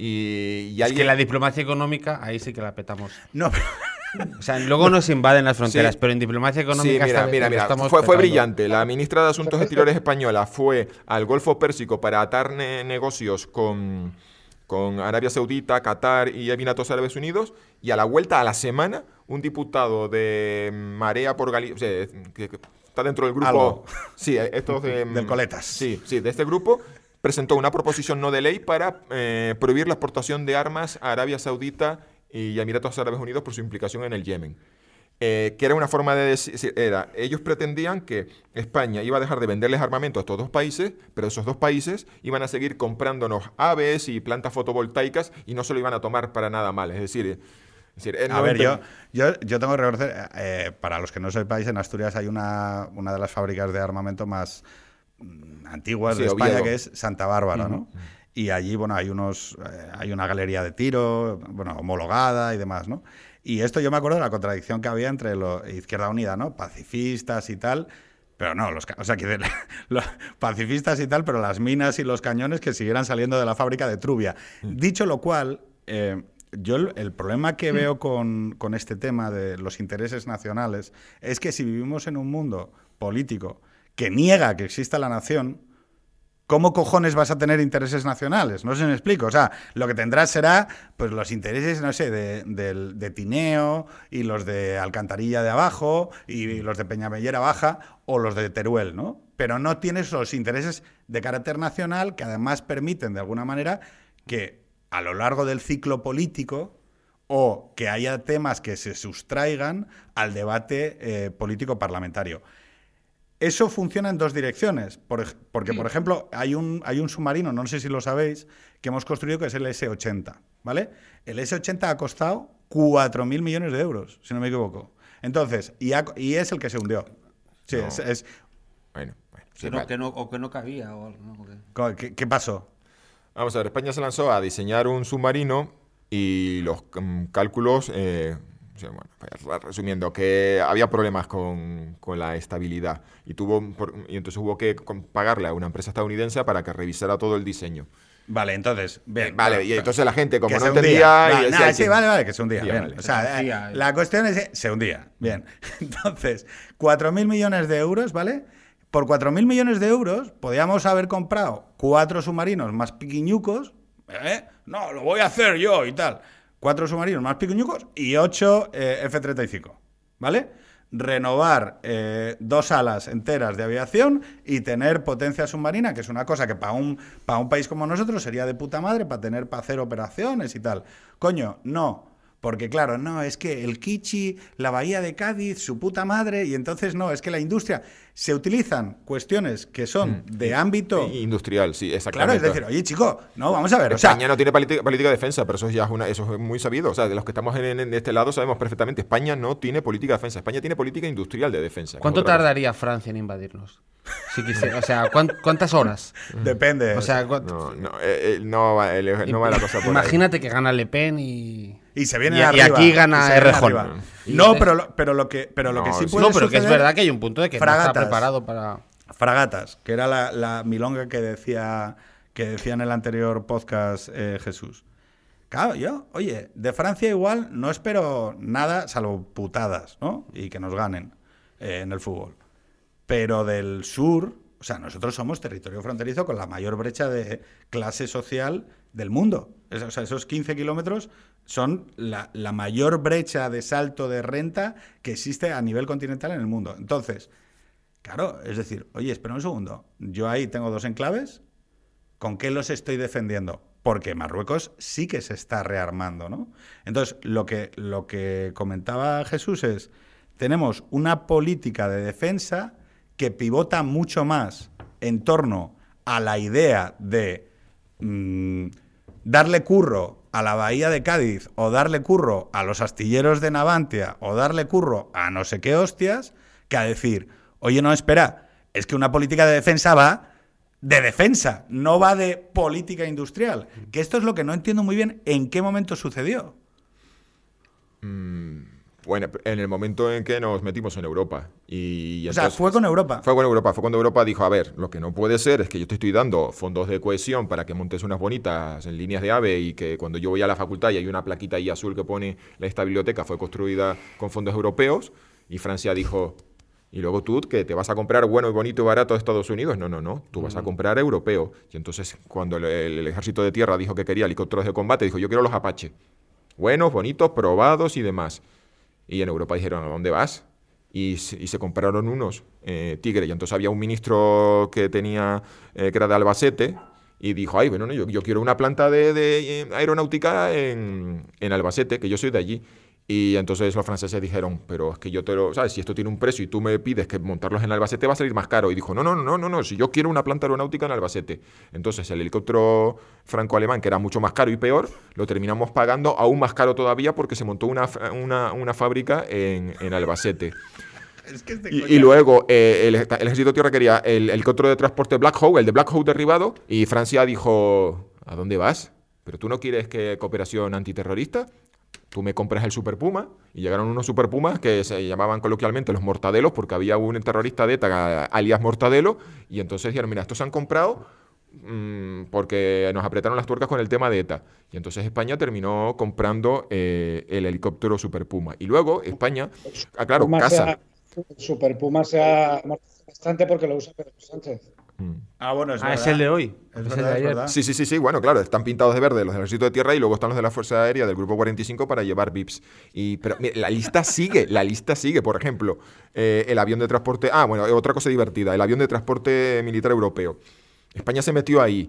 Y, y Es alguien... que la diplomacia económica, ahí sí que la petamos. No, pero- O sea, luego nos invaden las fronteras, Sí. pero en diplomacia Sí, económica mira, esta- mira, lo mira. estamos Fue, fue petando. brillante. La ministra de Asuntos Exteriores española fue al Golfo Pérsico para atar ne- negocios con, con Arabia Saudita, Qatar y Emiratos Árabes Unidos. Y a la vuelta, a la semana, un diputado de Marea por Galicia, o sea, que, que está dentro del grupo... Algo. Sí, estos de... Del Coletas. Sí, sí, de este grupo, presentó una proposición no de ley para eh, prohibir la exportación de armas a Arabia Saudita y Emiratos Árabes Unidos por su implicación en el Yemen. Eh, que era una forma de decir, era, ellos pretendían que España iba a dejar de venderles armamento a estos dos países, pero esos dos países iban a seguir comprándonos aves y plantas fotovoltaicas y no se lo iban a tomar para nada mal. Es decir, es decir el a ver, noventa... yo, yo, yo tengo que reconocer, eh, para los que no sepáis, en Asturias hay una, una de las fábricas de armamento más mm, antiguas Sí, de España, Oviedo. que es Santa Bárbara, Ujú. ¿no? Y allí, bueno, hay unos, eh, hay una galería de tiro, bueno, homologada y demás, ¿no? Y esto yo me acuerdo de la contradicción que había entre lo, Izquierda Unida, ¿no? Pacifistas y tal, pero no, los, o sea, que los pacifistas y tal, pero las minas y los cañones que siguieran saliendo de la fábrica de Trubia. Dicho lo cual, eh, yo el, el problema que veo con, con este tema de los intereses nacionales es que si vivimos en un mundo político que niega que exista la nación, ¿cómo cojones vas a tener intereses nacionales? No sé si me explico. O sea, lo que tendrás será pues los intereses, no sé, de, de, de Tineo y los de Alcantarilla de Abajo y los de Peñamellera Baja o los de Teruel, ¿no? Pero no tienes los intereses de carácter nacional que además permiten, de alguna manera, que a lo largo del ciclo político o que haya temas que se sustraigan al debate eh, político parlamentario. Eso funciona en dos direcciones, por, porque, por ejemplo, hay un, hay un submarino, no sé si lo sabéis, que hemos construido que es el ese ochenta, ¿vale? El ese ochenta ha costado cuatro mil millones de euros, si no me equivoco. Entonces, y, ha, y es el que se hundió. Sí, No. es, es, Bueno, bueno, sí, Que no, vale. que no, o que no cabía. O, algo, ¿no? ¿qué, ¿Qué pasó? Vamos a ver, España se lanzó a diseñar un submarino y los mm, cálculos, eh, o sea, bueno, pues, resumiendo, que había problemas con, con la estabilidad y, tuvo, por- y entonces hubo que con- pagarle a una empresa estadounidense para que revisara todo el diseño. Vale, entonces, bien. Eh, vale, bueno, y entonces la gente, como que no se hundía. entendía... y Vale, decía nada, que- sí, vale, vale, que se hundía. Sí, Bien. vale. O sea, Se eh, hundía. la cuestión es que se hundía. Bien. Entonces, cuatro mil millones de euros, ¿vale? Por cuatro mil millones de euros podíamos haber comprado cuatro submarinos más piquiñucos. ¿eh? No, lo voy a hacer yo y tal. Cuatro submarinos más piquiñucos y ocho eh, efe treinta y cinco, ¿vale? Renovar eh, dos alas enteras de aviación y tener potencia submarina, que es una cosa que para un, para un país como nosotros sería de puta madre, para tener, para hacer operaciones y tal. Coño, no. Porque claro, no, es que el Kichi, la bahía de Cádiz, su puta madre, y entonces no, es que la industria... Se utilizan cuestiones que son de ámbito... Industrial, sí, Claro, exactamente. es decir, oye, chico, no, vamos a ver, o sea... España no tiene política, política de defensa, pero eso ya es, una, eso es muy sabido. O sea, de los que estamos en, en este lado sabemos perfectamente, España no tiene política de defensa, España tiene política industrial de defensa. que es ¿Cuánto otra cosa. tardaría Francia en invadirnos? Si quisiera, o sea, ¿cuán- ¿cuántas horas? Depende. O sea, ¿cuán- No, no, eh, eh, no, va, el- no va la cosa por ahí. imagínate que gana Le Pen y... Y se viene Y- y arriba. aquí gana se viene Errejón. arriba. Y No, es- pero lo, pero lo que, pero lo que No, sí sí. puede No, pero que es suceder- verdad que hay un punto de que no Fragatas. está preparado para... Fragatas, que era la, la milonga que decía, que decía en el anterior podcast eh, Jesús. Claro, yo, oye, de Francia igual no espero nada salvo putadas, ¿no? Y que nos ganen eh, en el fútbol. Pero del sur, o sea, nosotros somos territorio fronterizo con la mayor brecha de clase social del mundo. Es- o sea, esos quince kilómetros son la, la mayor brecha de salto de renta que existe a nivel continental en el mundo. Entonces, claro, es decir, oye, espera un segundo, yo ahí tengo dos enclaves, ¿con qué los estoy defendiendo? Porque Marruecos sí que se está rearmando, ¿no? Entonces, lo que, lo que comentaba Jesús es, tenemos una política de defensa que pivota mucho más en torno a la idea de mm, darle curro a la bahía de Cádiz o darle curro a los astilleros de Navantia o darle curro a no sé qué hostias, que a decir, oye, no, espera, es que una política de defensa va de defensa, no va de política industrial. Que esto es lo que no entiendo muy bien en qué momento sucedió. Bueno, en el momento en que nos metimos en Europa. Y, y O sea, entonces- fue con Europa. Fue con Europa, fue cuando Europa dijo, a ver, lo que no puede ser es que yo te estoy dando fondos de cohesión para que montes unas bonitas en líneas de AVE y que cuando yo voy a la facultad y hay una plaquita ahí azul que pone la esta biblioteca fue construida con fondos europeos y Francia dijo, y luego tú que te vas a comprar bueno y bonito y barato de Estados Unidos, no, no, no, tú vas a comprar europeo. Y entonces cuando el, el- el ejército de tierra dijo que quería helicópteros de combate, dijo, yo quiero los Apache, buenos, bonitos, probados y demás. Y en Europa dijeron, ¿a dónde vas? Y, se- y se compraron unos eh, Tigre. Y entonces había un ministro que tenía, eh, que era de Albacete, y dijo, ay, bueno, no, yo, yo quiero una planta de, de, eh, aeronáutica en, en Albacete, que yo soy de allí. Y entonces los franceses dijeron, pero es que yo te lo, ¿sabes? Si esto tiene un precio y tú me pides que montarlos en Albacete va a salir más caro. Y dijo, no, no, no, no, no, si yo quiero una planta aeronáutica en Albacete. Entonces el helicóptero franco-alemán, que era mucho más caro y peor, lo terminamos pagando aún más caro todavía porque se montó una, una, una fábrica en, en Albacete. Es que este Y, y luego eh, el, el ejército de tierra quería el helicóptero de transporte Black Hawk, el de Black Hawk derribado, y Francia dijo, ¿a dónde vas? ¿Pero tú no quieres que cooperación antiterrorista? Tú me compras el Super Puma, y llegaron unos Super Pumas que se llamaban coloquialmente los Mortadelos, porque había un terrorista de ETA, alias Mortadelo, y entonces dijeron, mira, estos se han comprado mmm, porque nos apretaron las tuercas con el tema de ETA. Y entonces España terminó comprando eh, el helicóptero Super Puma. Y luego España, ah, claro, Puma casa. sea- el Super Puma se ha amortizado bastante porque lo usa Pedro Sánchez. Mm. Ah, bueno, es Ah, verdad. es el de hoy. Es Es el verdad, de es ayer. verdad. Sí, sí, sí, sí, bueno, claro, están pintados de verde los del Ejército de Tierra y luego están los de la Fuerza Aérea del Grupo cuarenta y cinco para llevar V I Ps. Y, pero mira, la lista sigue, la lista sigue. Por ejemplo, eh, el avión de transporte... Ah, bueno, otra cosa divertida, el avión de transporte militar europeo. España se metió ahí.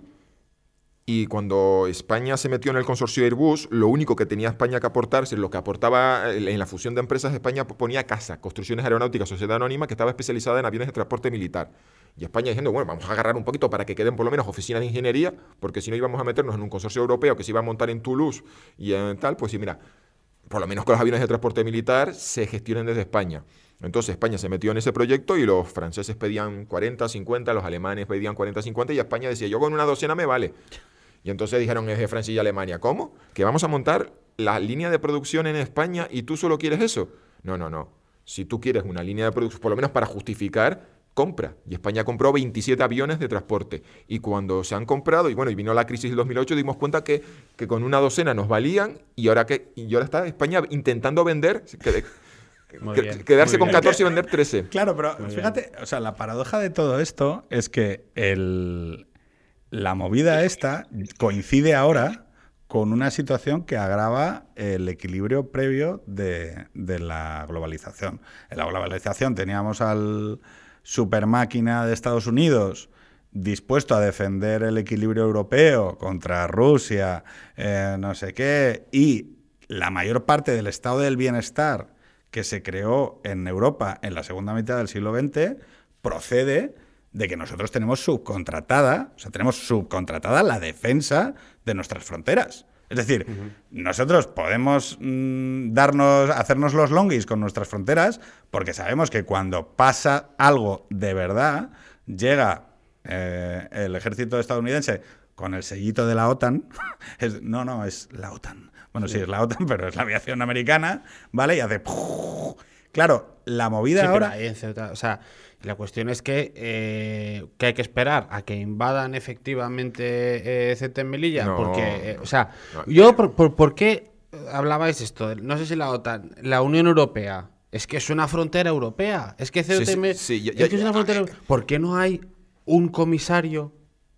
Y cuando España se metió en el consorcio Airbus, lo único que tenía España que aportar, lo que aportaba en la fusión de empresas, España ponía CASA, Construcciones Aeronáuticas, Sociedad Anónima, que estaba especializada en aviones de transporte militar. Y España diciendo, bueno, vamos a agarrar un poquito para que queden por lo menos oficinas de ingeniería, porque si no íbamos a meternos en un consorcio europeo que se iba a montar en Toulouse y en tal, pues sí, mira, por lo menos que los aviones de transporte militar se gestionen desde España. Entonces España se metió en ese proyecto y los franceses pedían cuarenta, cincuenta, los alemanes pedían cuarenta, cincuenta y España decía, yo con una docena me vale. Y entonces dijeron desde Francia y Alemania, ¿cómo? ¿Que vamos a montar la línea de producción en España y tú solo quieres eso? No, no, no. Si tú quieres una línea de producción, por lo menos para justificar, compra. Y España compró veintisiete aviones de transporte. Y cuando se han comprado, y bueno, y vino la crisis del dos mil ocho, dimos cuenta que, que con una docena nos valían y ahora, que, y ahora está España intentando vender, que, Muy que- bien, quedarse muy con bien. catorce y vender trece. Claro, pero Muy fíjate, o sea, la paradoja de todo esto es que el, la movida esta coincide ahora con una situación que agrava el equilibrio previo de, de la globalización. En la globalización teníamos al supermáquina de Estados Unidos dispuesto a defender el equilibrio europeo contra Rusia, eh, no sé qué, y la mayor parte del estado del bienestar que se creó en Europa en la segunda mitad del siglo veinte procede de que nosotros tenemos subcontratada, o sea, tenemos subcontratada la defensa de nuestras fronteras. Es decir, uh-huh. nosotros podemos mmm, darnos, hacernos los longis con nuestras fronteras porque sabemos que cuando pasa algo de verdad, llega eh, el ejército estadounidense con el sellito de la OTAN. es, no, no, es la OTAN. Bueno, sí. sí, es la OTAN, pero es la aviación americana, ¿vale? Y hace... Claro, la movida sí, ahora... Pero ahí en Ceuta, o sea, la cuestión es que, eh, que hay que esperar a que invadan efectivamente eh, Ceuta y Melilla, No, porque, eh, o sea, no. yo, por, por, ¿por qué hablabais esto? No sé si la OTAN, la Unión Europea, es que es una frontera europea, es que Ceuta Sí, y sí, Melilla, sí, ya- es ya- que es una ya- frontera, ¿por qué no hay un comisario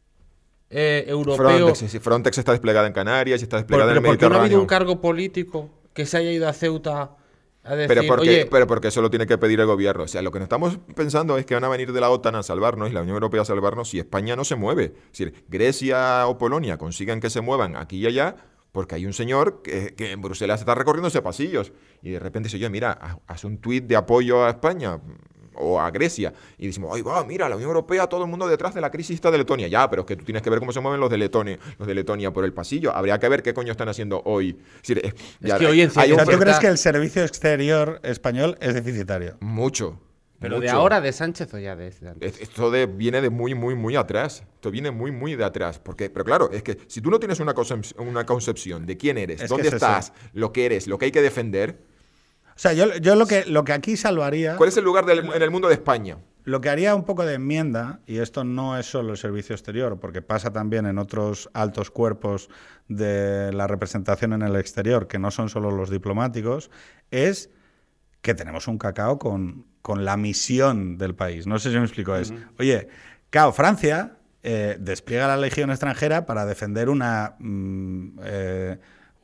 eh, europeo? Frontex, sí, sí, Frontex está desplegada en Canarias y está Por, desplegada pero en el ¿por qué no ha Mediterráneo. habido un cargo político que se haya ido a Ceuta a decir, Pero porque, oye, pero porque eso lo tiene que pedir el gobierno. O sea, lo que nos estamos pensando es que van a venir de la OTAN a salvarnos y la Unión Europea a salvarnos si España no se mueve. Es decir, Grecia o Polonia consigan que se muevan aquí y allá porque hay un señor que, que en Bruselas está recorriendo ese pasillos y de repente dice, oye, mira, haz un tuit de apoyo a España o a Grecia y decimos, ay, va, mira, la Unión Europea, todo el mundo detrás de la crisis está de Letonia. Ya, pero es que tú tienes que ver cómo se mueven los de Letonia, los de Letonia por el pasillo. Habría que ver qué coño están haciendo hoy. Es, decir, es, ya, que hoy en hay O un sea, ¿tú Ceuta- crees que el servicio exterior español es deficitario? mucho. pero de mucho. ahora de Sánchez o ya de, de antes? Es- Esto de- viene de muy, muy, muy atrás. Esto viene muy, muy de atrás. Porque, pero claro, es que si tú no tienes una, concep- una concepción de quién eres, Es dónde que es eso. estás, lo que eres, lo que hay que defender, O sea, yo, yo lo, que, lo que aquí salvaría... ¿cuál es el lugar del- en el mundo de España? Lo que haría un poco de enmienda, y esto no es solo el servicio exterior, porque pasa también en otros altos cuerpos de la representación en el exterior, que no son solo los diplomáticos, es que tenemos un cacao con, con la misión del país. No sé si me explico. Es, oye, claro, Francia eh, despliega la legión extranjera para defender una, mm, eh,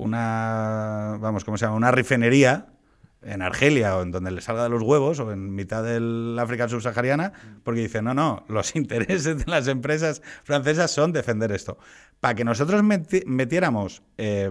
una, vamos, ¿cómo se llama? Una refinería en Argelia o en donde le salga de los huevos o en mitad del África subsahariana, porque dice, no, no, los intereses de las empresas francesas son defender esto. Para que nosotros meti- metiéramos eh,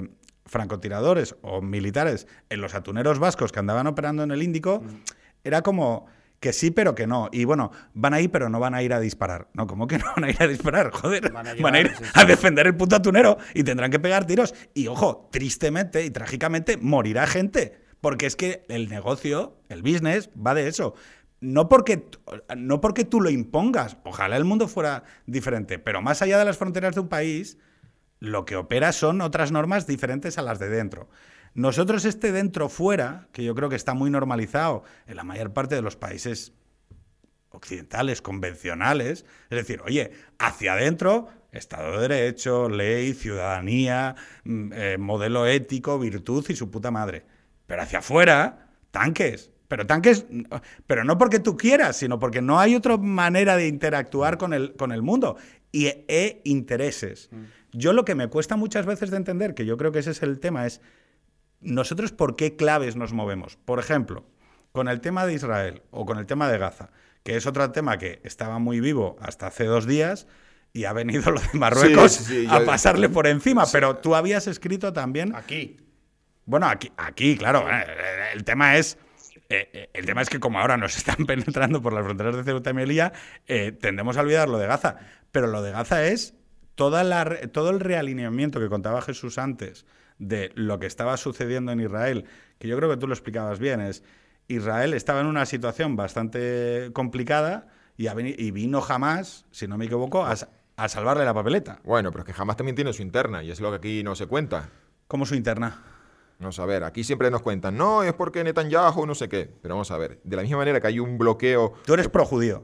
francotiradores o militares en los atuneros vascos que andaban operando en el Índico, mm. era como que sí, pero que no. Y bueno, van a ir, pero no van a ir a disparar. No, ¿cómo que no van a ir a disparar? Joder, van a, llevar, van a ir sí, sí. a defender el puto atunero y tendrán que pegar tiros. Y ojo, tristemente y trágicamente morirá gente. Porque es que el negocio, el business, va de eso. No porque, no porque tú lo impongas. Ojalá el mundo fuera diferente. Pero más allá de las fronteras de un país, lo que opera son otras normas diferentes a las de dentro. Nosotros este dentro fuera, que yo creo que está muy normalizado en la mayor parte de los países occidentales, convencionales, es decir, oye, hacia adentro, Estado de Derecho, ley, ciudadanía, eh, modelo ético, virtud y su puta madre. Pero hacia afuera, tanques. Pero tanques, pero no porque tú quieras, sino porque no hay otra manera de interactuar con el, con el mundo. Y e intereses. Mm. Yo lo que me cuesta muchas veces de entender, que yo creo que ese es el tema, es nosotros por qué claves nos movemos. Por ejemplo, con el tema de Israel o con el tema de Gaza, que es otro tema que estaba muy vivo hasta hace dos días y ha venido lo de Marruecos sí, sí, sí, a yo... pasarle por encima. Sí. Pero tú habías escrito también... Aquí. Bueno, aquí, aquí claro. El tema es... Eh, el tema es que como ahora nos están penetrando por las fronteras de Ceuta y Melilla, eh, tendemos a olvidar lo de Gaza. Pero lo de Gaza es toda la, todo el realineamiento que contaba Jesús antes de lo que estaba sucediendo en Israel, que yo creo que tú lo explicabas bien, es Israel estaba en una situación bastante complicada y, a venir, y vino Hamás, si no me equivoco, a, a salvarle la papeleta. Bueno, pero es que Hamás también tiene su interna y es lo que aquí no se cuenta. ¿Cómo su interna? Vamos a ver, aquí siempre nos cuentan, no, es porque Netanyahu no sé qué, pero vamos a ver, de la misma manera que hay un bloqueo... Tú eres pro-judío.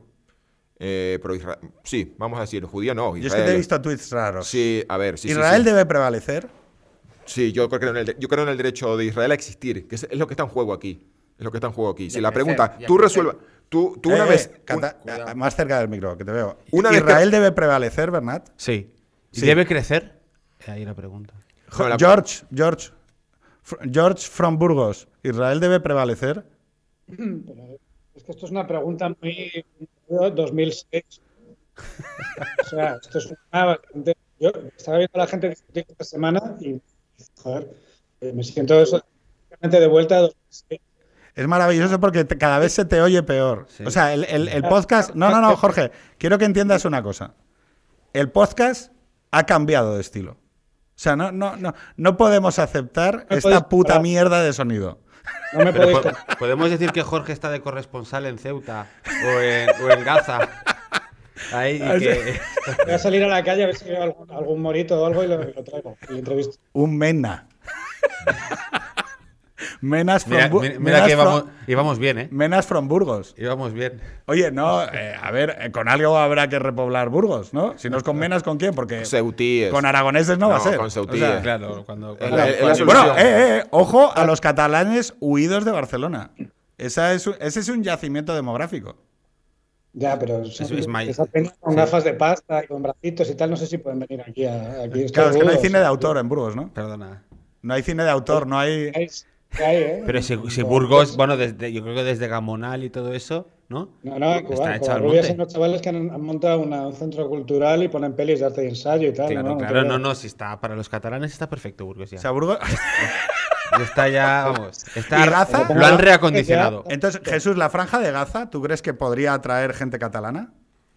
Eh, pro Isra... Sí, vamos a decir, judío no. Israel. Yo es que te he visto tweets raros. Sí, a ver, sí, ¿Israel sí, sí. debe prevalecer? Sí, yo creo, en el, yo creo en el derecho de Israel a existir, que es, es lo que está en juego aquí. Es lo que está en juego aquí. Si la pregunta, tú resuelva... Tú, tú una eh, vez... Cata, un, más cerca del micro, que te veo. Una ¿Israel vez que... debe prevalecer, Bernat? Sí. sí. ¿Debe crecer? Ahí la pregunta. No, la... George, George, George from Burgos, ¿Israel debe prevalecer? Pero es que esto es una pregunta muy... dos mil seis. O sea, esto es una... Yo estaba viendo a la gente que esta semana y, joder, me siento eso de vuelta a dos mil seis. Es maravilloso porque te, cada vez se te oye peor. Sí. O sea, el, el, el podcast... No, no, no, Jorge, quiero que entiendas una cosa. El podcast ha cambiado de estilo. O sea, no, no, no, no podemos aceptar no esta puta parar. mierda de sonido. No me podéis... po ¿Podemos decir que Jorge está de corresponsal en Ceuta o en, o en Gaza? Ahí, y que... Voy a salir a la calle a ver si veo algún, algún morito o algo y lo, y lo traigo. Y entrevisto. Un mena. Menas from Mira, mira, mira que íbamos, from, íbamos bien, ¿eh? Menas from Burgos. Íbamos bien. Oye, no, eh, a ver, eh, con algo habrá que repoblar Burgos, ¿no? Si no es con Menas, ¿con quién? Porque Ceutíes. Con aragoneses no, no va a ser. Con Ceutíes. O sea, claro, cuando, cuando, la, cuando, la bueno, eh, eh, ojo a los catalanes huidos de Barcelona. Esa es, ese es un yacimiento demográfico. Ya, pero eso es esa peña con sí. gafas de pasta y con bracitos y tal, no sé si pueden venir aquí. A, aquí claro, es que no hay cine de autor en Burgos, ¿no? Perdona. No hay cine de autor, no hay... Hay, ¿eh? Pero si, si Burgos, bueno, desde, yo creo que desde Gamonal y todo eso, ¿no? No, no, en Cuba, Covarrubias son unos chavales que han, han montado una, un centro cultural y ponen pelis de arte y ensayo y tal. Claro, ¿no? claro, no, no, si está para los catalanes está perfecto Burgos ya. O sea, Burgos... Está ya, vamos, está, ¿Y Gaza? Lo han reacondicionado. Entonces, Jesús, ¿la franja de Gaza, tú crees que podría atraer gente catalana?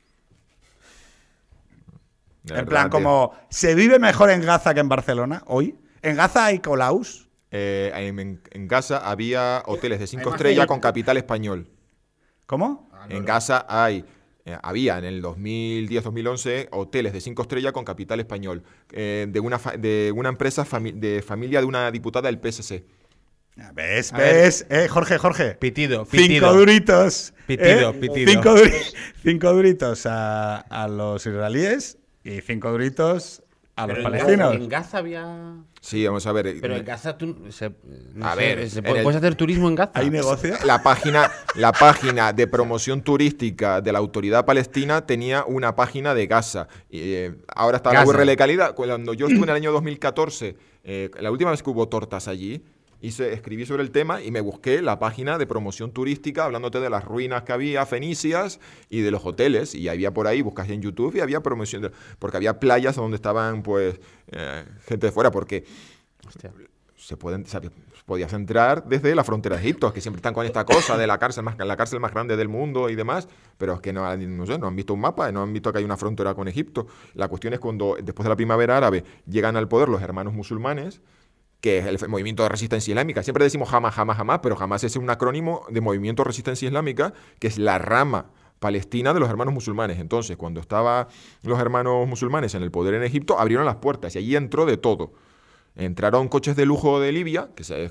De en plan, como, ¿se vive mejor en Gaza que en Barcelona hoy? ¿En Gaza hay colaus? Eh, en, en Gaza había hoteles de cinco estrellas con capital español. ¿Cómo? En Gaza hay, eh, había en el dos mil diez dos mil once hoteles de cinco estrellas con capital español, eh, de, una de una empresa fami de familia de una diputada del P S C. ¿Ves? A ¿Ves? Eh, Jorge, Jorge. Pitido, pitido. Cinco duritos. Pitido, eh, pitido. Cinco, duri cinco duritos a, a los israelíes y cinco duritos a los Pero palestinos. En Gaza había... Sí, vamos a ver. Pero en Gaza tú... Se, no a sé, ver, se, el, ¿puedes hacer turismo en Gaza? ¿Hay negocio? La página, la página de promoción turística de la autoridad palestina tenía una página de Gaza. Y, eh, ahora está Gaza. La U R L de calidad. Cuando yo estuve en el año dos mil catorce, eh, la última vez que hubo tortas allí, hice, escribí sobre el tema y me busqué la página de promoción turística hablándote de las ruinas que había fenicias y de los hoteles. Y había por ahí, buscas en YouTube y había promoción, de, porque había playas donde estaban pues eh, gente de fuera. Porque Hostia. se pueden, ¿sabes? Podías entrar desde la frontera de Egipto, que siempre están con esta cosa de la cárcel más, la cárcel más grande del mundo y demás, pero es que no, no, sé, no han visto un mapa, no han visto que hay una frontera con Egipto. La cuestión es cuando, después de la primavera árabe, llegan al poder los hermanos musulmanes, que es el movimiento de resistencia islámica. Siempre decimos jamás, jamás, jamás, pero jamás es un acrónimo de movimiento de resistencia islámica, que es la rama palestina de los hermanos musulmanes. Entonces, cuando estaban los hermanos musulmanes en el poder en Egipto, abrieron las puertas y allí entró de todo. Entraron coches de lujo de Libia, que es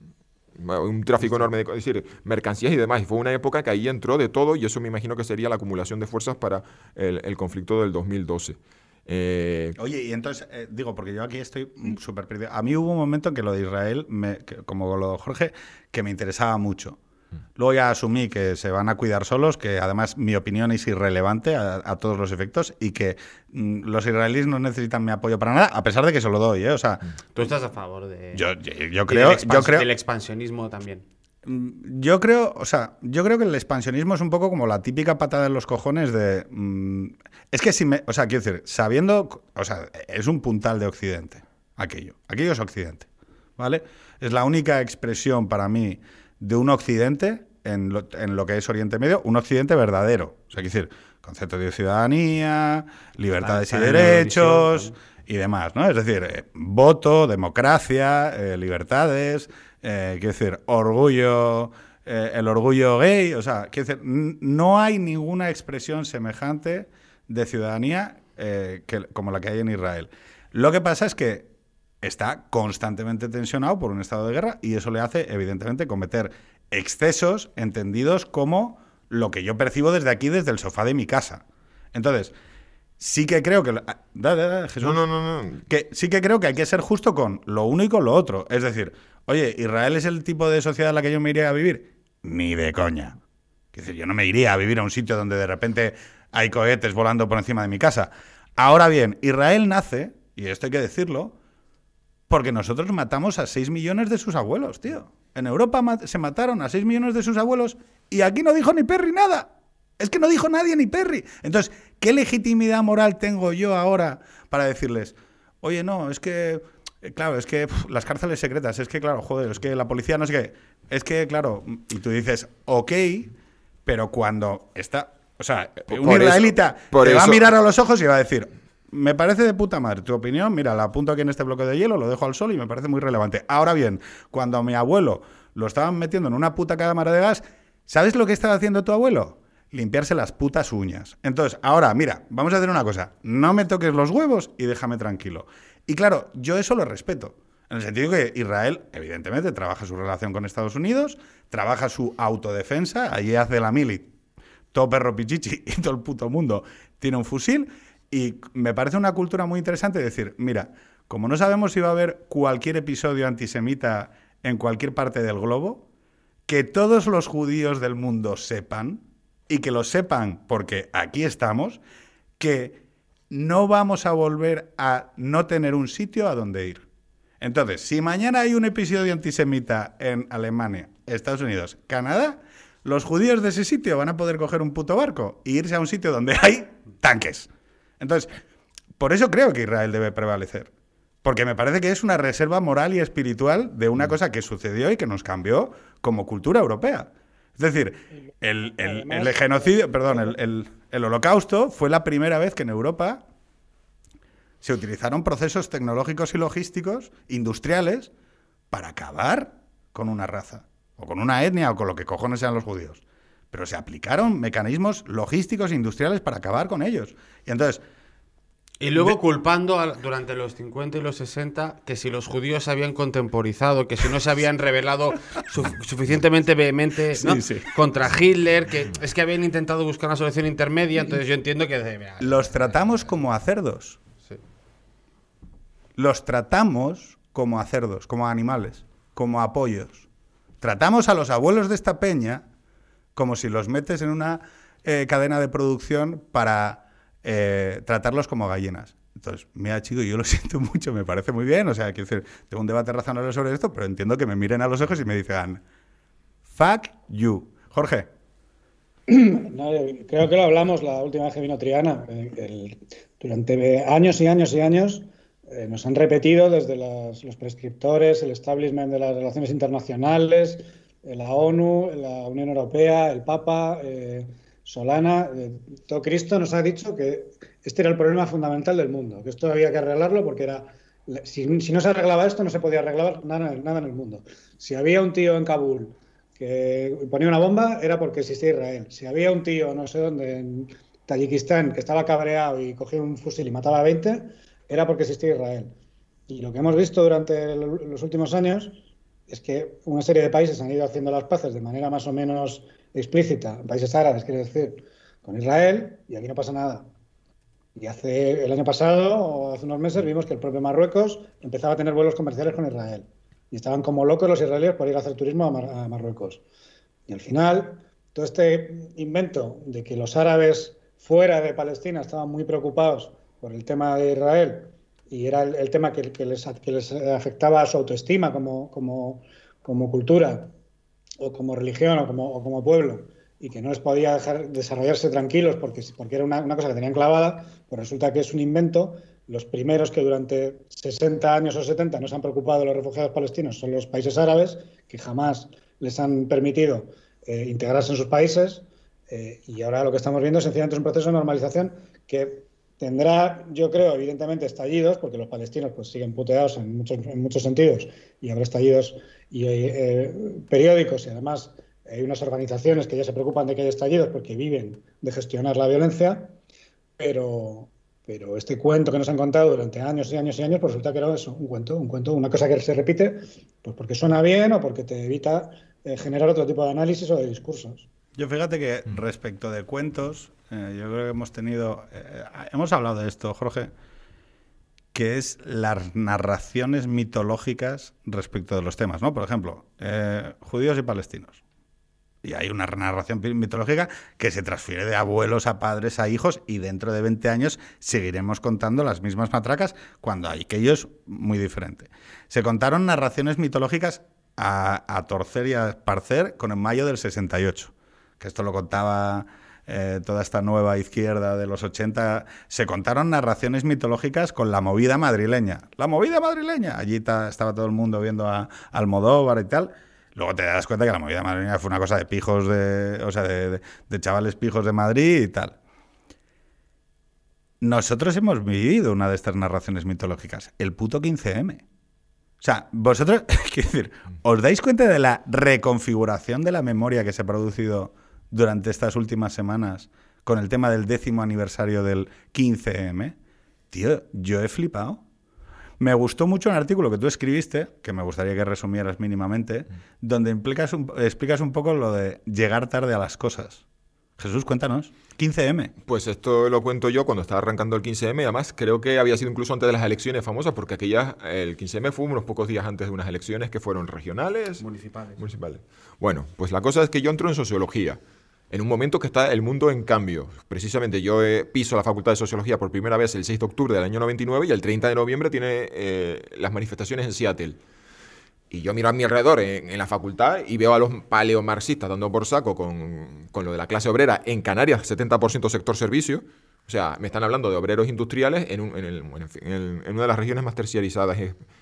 un tráfico enorme de es decir, mercancías y demás, y fue una época que ahí entró de todo, y eso me imagino que sería la acumulación de fuerzas para el, el conflicto del dos mil doce. Eh... Oye, y entonces, eh, digo, porque yo aquí estoy súper perdido. A mí hubo un momento en que lo de Israel, me, que, como lo de Jorge, que me interesaba mucho. Luego ya asumí que se van a cuidar solos, que además mi opinión es irrelevante a, a todos los efectos y que mm, los israelíes no necesitan mi apoyo para nada, a pesar de que se lo doy, ¿eh? O sea, tú estás a favor de yo, yo, yo creo, del, yo creo del expansionismo también. Yo creo, o sea, yo creo que el expansionismo es un poco como la típica patada en los cojones de mmm, es que si me, o sea, quiero decir, sabiendo, o sea, es un puntal de Occidente, aquello, aquello es Occidente, ¿vale? Es la única expresión para mí de un Occidente en lo, en lo que es Oriente Medio, un Occidente verdadero. O sea, quiero decir, concepto de ciudadanía, libertades y derechos y demás, ¿no? Es decir, eh, voto, democracia, eh, libertades, eh, quiero decir, orgullo, eh, el orgullo gay. O sea, quiero decir, no hay ninguna expresión semejante de ciudadanía eh, que, como la que hay en Israel. Lo que pasa es que está constantemente tensionado por un estado de guerra y eso le hace, evidentemente, cometer excesos entendidos como lo que yo percibo desde aquí, desde el sofá de mi casa. Entonces, sí que creo que... Da, da, da, Jesús, no, no, no, no. Que sí que creo que hay que ser justo con lo uno y con lo otro. Es decir, oye, ¿Israel es el tipo de sociedad en la que yo me iría a vivir? Ni de coña. Es decir, yo no me iría a vivir a un sitio donde de repente hay cohetes volando por encima de mi casa. Ahora bien, Israel nace, y esto hay que decirlo, porque nosotros matamos a seis millones de sus abuelos, tío. En Europa mat- se mataron a seis millones de sus abuelos y aquí no dijo ni Perry nada. Es que no dijo nadie ni Perry. Entonces, ¿qué legitimidad moral tengo yo ahora para decirles, oye, no, es que, eh, claro, es que pff, las cárceles secretas, es que, claro, joder, es que la policía no sé qué, es que, claro, y tú dices, ok, pero cuando está, o sea, un por israelita eso, por te va a eso. mirar a los ojos y va a decir... Me parece de puta madre tu opinión, mira, la apunto aquí en este bloque de hielo, lo dejo al sol y me parece muy relevante. Ahora bien, cuando a mi abuelo lo estaban metiendo en una puta cámara de gas, ¿sabes lo que estaba haciendo tu abuelo? Limpiarse las putas uñas. Entonces, ahora, mira, vamos a hacer una cosa, no me toques los huevos y déjame tranquilo. Y claro, yo eso lo respeto, en el sentido que Israel, evidentemente, trabaja su relación con Estados Unidos, trabaja su autodefensa, allí hace la mili, todo perro pichichi y todo el puto mundo tiene un fusil. Y me parece una cultura muy interesante decir, mira, como no sabemos si va a haber cualquier episodio antisemita en cualquier parte del globo, que todos los judíos del mundo sepan, y que lo sepan porque aquí estamos, que no vamos a volver a no tener un sitio a donde ir. Entonces, si mañana hay un episodio antisemita en Alemania, Estados Unidos, Canadá, los judíos de ese sitio van a poder coger un puto barco e irse a un sitio donde hay tanques. Entonces, por eso creo que Israel debe prevalecer. Porque me parece que es una reserva moral y espiritual de una cosa que sucedió y que nos cambió como cultura europea. Es decir, el, el, el genocidio, perdón, el, el, el holocausto fue la primera vez que en Europa se utilizaron procesos tecnológicos y logísticos industriales para acabar con una raza, o con una etnia, o con lo que cojones sean los judíos. Pero se aplicaron mecanismos logísticos e industriales para acabar con ellos. Y entonces... Y luego de... culpando a, durante los cincuenta y los sesenta que si los judíos se habían contemporizado, que si no se habían rebelado su, suficientemente vehemente, ¿no? Sí, sí. contra Hitler, que es que habían intentado buscar una solución intermedia, entonces yo entiendo que... Mira, los tratamos como a cerdos. Sí. Los tratamos como a cerdos, como a animales, como a pollos. Tratamos a los abuelos de esta peña como si los metes en una eh, cadena de producción para eh, tratarlos como gallinas. Entonces, mira, chico, yo lo siento mucho, me parece muy bien, o sea, quiero decir, tengo un debate razonable sobre esto, pero entiendo que me miren a los ojos y me digan, fuck you. Jorge. No, creo que lo hablamos la última vez que vino Triana. El, durante años y años y años, eh, nos han repetido desde las, los prescriptores, el establishment de las relaciones internacionales, eh, la ONU, la Unión Europea, el Papa, eh, Solana, eh, todo Cristo nos ha dicho que este era el problema fundamental del mundo, que esto había que arreglarlo porque era, si, si no se arreglaba esto no se podía arreglar nada, nada en el mundo. Si había un tío en Kabul que ponía una bomba era porque existía Israel. Si había un tío no sé dónde en Tayikistán que estaba cabreado y cogía un fusil y mataba a veinte, era porque existía Israel. Y lo que hemos visto durante los últimos años es que una serie de países han ido haciendo las paces de manera más o menos explícita, países árabes, quiero decir, con Israel, y aquí no pasa nada. Y hace el año pasado, o hace unos meses, vimos que el propio Marruecos empezaba a tener vuelos comerciales con Israel. Y estaban como locos los israelíes por ir a hacer turismo a, Mar a Marruecos. Y al final, todo este invento de que los árabes fuera de Palestina estaban muy preocupados por el tema de Israel, y era el, el tema que, que, les, que les afectaba a su autoestima como, como, como cultura, o como religión, o como, o como pueblo, y que no les podía dejar desarrollarse tranquilos porque, porque era una, una cosa que tenían clavada, pues resulta que es un invento. Los primeros que durante sesenta años o setenta no se han preocupado de los refugiados palestinos son los países árabes, que jamás les han permitido eh, integrarse en sus países, eh, y ahora lo que estamos viendo es sencillamente un proceso de normalización que tendrá, yo creo, evidentemente estallidos, porque los palestinos pues siguen puteados en muchos, en muchos sentidos, y habrá estallidos y, eh, periódicos, y además hay unas organizaciones que ya se preocupan de que haya estallidos porque viven de gestionar la violencia, pero, pero este cuento que nos han contado durante años y años y años, pues resulta que era eso, un cuento, un cuento, una cosa que se repite pues porque suena bien o porque te evita eh, generar otro tipo de análisis o de discursos. Yo fíjate que respecto de cuentos, eh, yo creo que hemos tenido, eh, hemos hablado de esto, Jorge, que es las narraciones mitológicas respecto de los temas, ¿no? Por ejemplo, eh, judíos y palestinos. Y hay una narración mitológica que se transfiere de abuelos a padres a hijos, y dentro de veinte años seguiremos contando las mismas matracas cuando hay aquello es muy diferente. Se contaron narraciones mitológicas a, a torcer y a esparcer con el mayo del sesenta y ocho, que esto lo contaba eh, toda esta nueva izquierda de los ochenta. Se contaron narraciones mitológicas con la movida madrileña. La movida madrileña. Allí ta, estaba todo el mundo viendo a, a Almodóvar y tal. Luego te das cuenta que la movida madrileña fue una cosa de pijos, de, o sea, de, de, de chavales pijos de Madrid y tal. Nosotros hemos vivido una de estas narraciones mitológicas, el puto quince eme. O sea, vosotros, quiero decir, ¿os dais cuenta de la reconfiguración de la memoria que se ha producido durante estas últimas semanas con el tema del décimo aniversario del quince eme? Tío, yo he flipado. Me gustó mucho un artículo que tú escribiste, que me gustaría que resumieras mínimamente, donde implicas un, explicas un poco lo de llegar tarde a las cosas. Jesús, cuéntanos. quince eme. Pues esto lo cuento yo cuando estaba arrancando el quince eme. Además, creo que había sido incluso antes de las elecciones famosas, porque aquellas, el quince eme fue unos pocos días antes de unas elecciones que fueron regionales. Municipales. Municipales. Bueno, pues la cosa es que yo entro en sociología, en un momento que está el mundo en cambio. Precisamente yo eh, piso la Facultad de Sociología por primera vez el seis de octubre del año noventa y nueve, y el treinta de noviembre tiene eh, las manifestaciones en Seattle. Y yo miro a mi alrededor en, en la facultad y veo a los paleomarxistas dando por saco con, con lo de la clase obrera en Canarias, setenta por ciento sector servicio. O sea, me están hablando de obreros industriales en, un, en, el, en, fin, en, el, en una de las regiones más terciarizadas.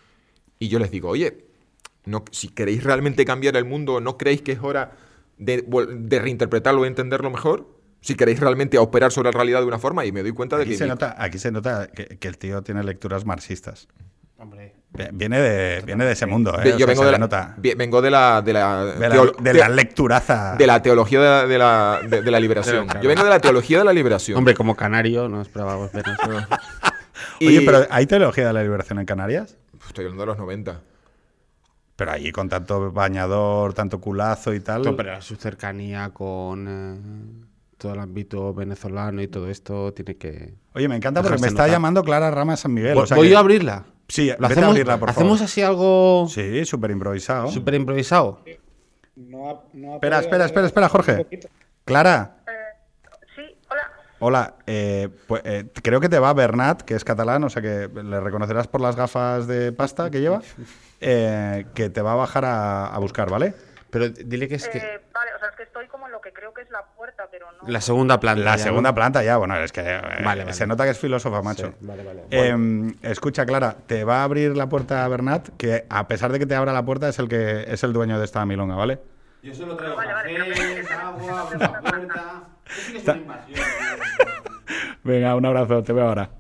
Y yo les digo, oye, no, si queréis realmente cambiar el mundo, ¿no creéis que es hora de, de reinterpretarlo y entenderlo mejor? Si queréis realmente operar sobre la realidad de una forma. Y me doy cuenta aquí de que... Se nota, aquí se nota que, que el tío tiene lecturas marxistas. Hombre. Viene de, viene de ese mundo, ¿eh? Yo o sea, vengo, de la, nota. vengo de la... De la, de la, de la lecturaza. De la teología de la, de la, de, de la liberación. Yo vengo de la teología de la liberación. Hombre, como canario, no esperábamos ver eso. y... Oye, pero ¿hay teología de la liberación en Canarias? Estoy hablando de los noventa. Pero allí con tanto bañador, tanto culazo y tal... No, pero su cercanía con eh, todo el ámbito venezolano y todo esto tiene que... Oye, me encanta porque me está notar. llamando Clara Rama San Miguel. ¿Voy, o sea ¿voy que... yo a abrirla? Sí, ¿Lo vete hacemos, a abrirla, por favor. ¿Hacemos así algo...? Sí, súper improvisado. Súper improvisado. No ha, no ha espera, podido espera, espera, espera, Jorge. Clara. Eh, sí, hola. Hola, eh, pues, eh, creo que te va Bernat, que es catalán, o sea que le reconocerás por las gafas de pasta que lleva, eh, que te va a bajar a, a buscar, ¿vale? Pero dile que es que... Eh, vale, o sea, es que estoy como en lo que creo que es la puerta, pero La segunda planta. La ya, segunda ¿no? planta ya, bueno, es que eh, Vale, vale. se nota que es filósofa, macho. Sí, vale, vale. Eh, escucha, Clara, te va a abrir la puerta a Bernat, que a pesar de que te abra la puerta, es el que es el dueño de esta milonga, ¿vale? Yo solo traigo Vale, vale, café, agua, abro la puerta. Eso sí que es una invasión. Venga, un abrazo, te veo ahora.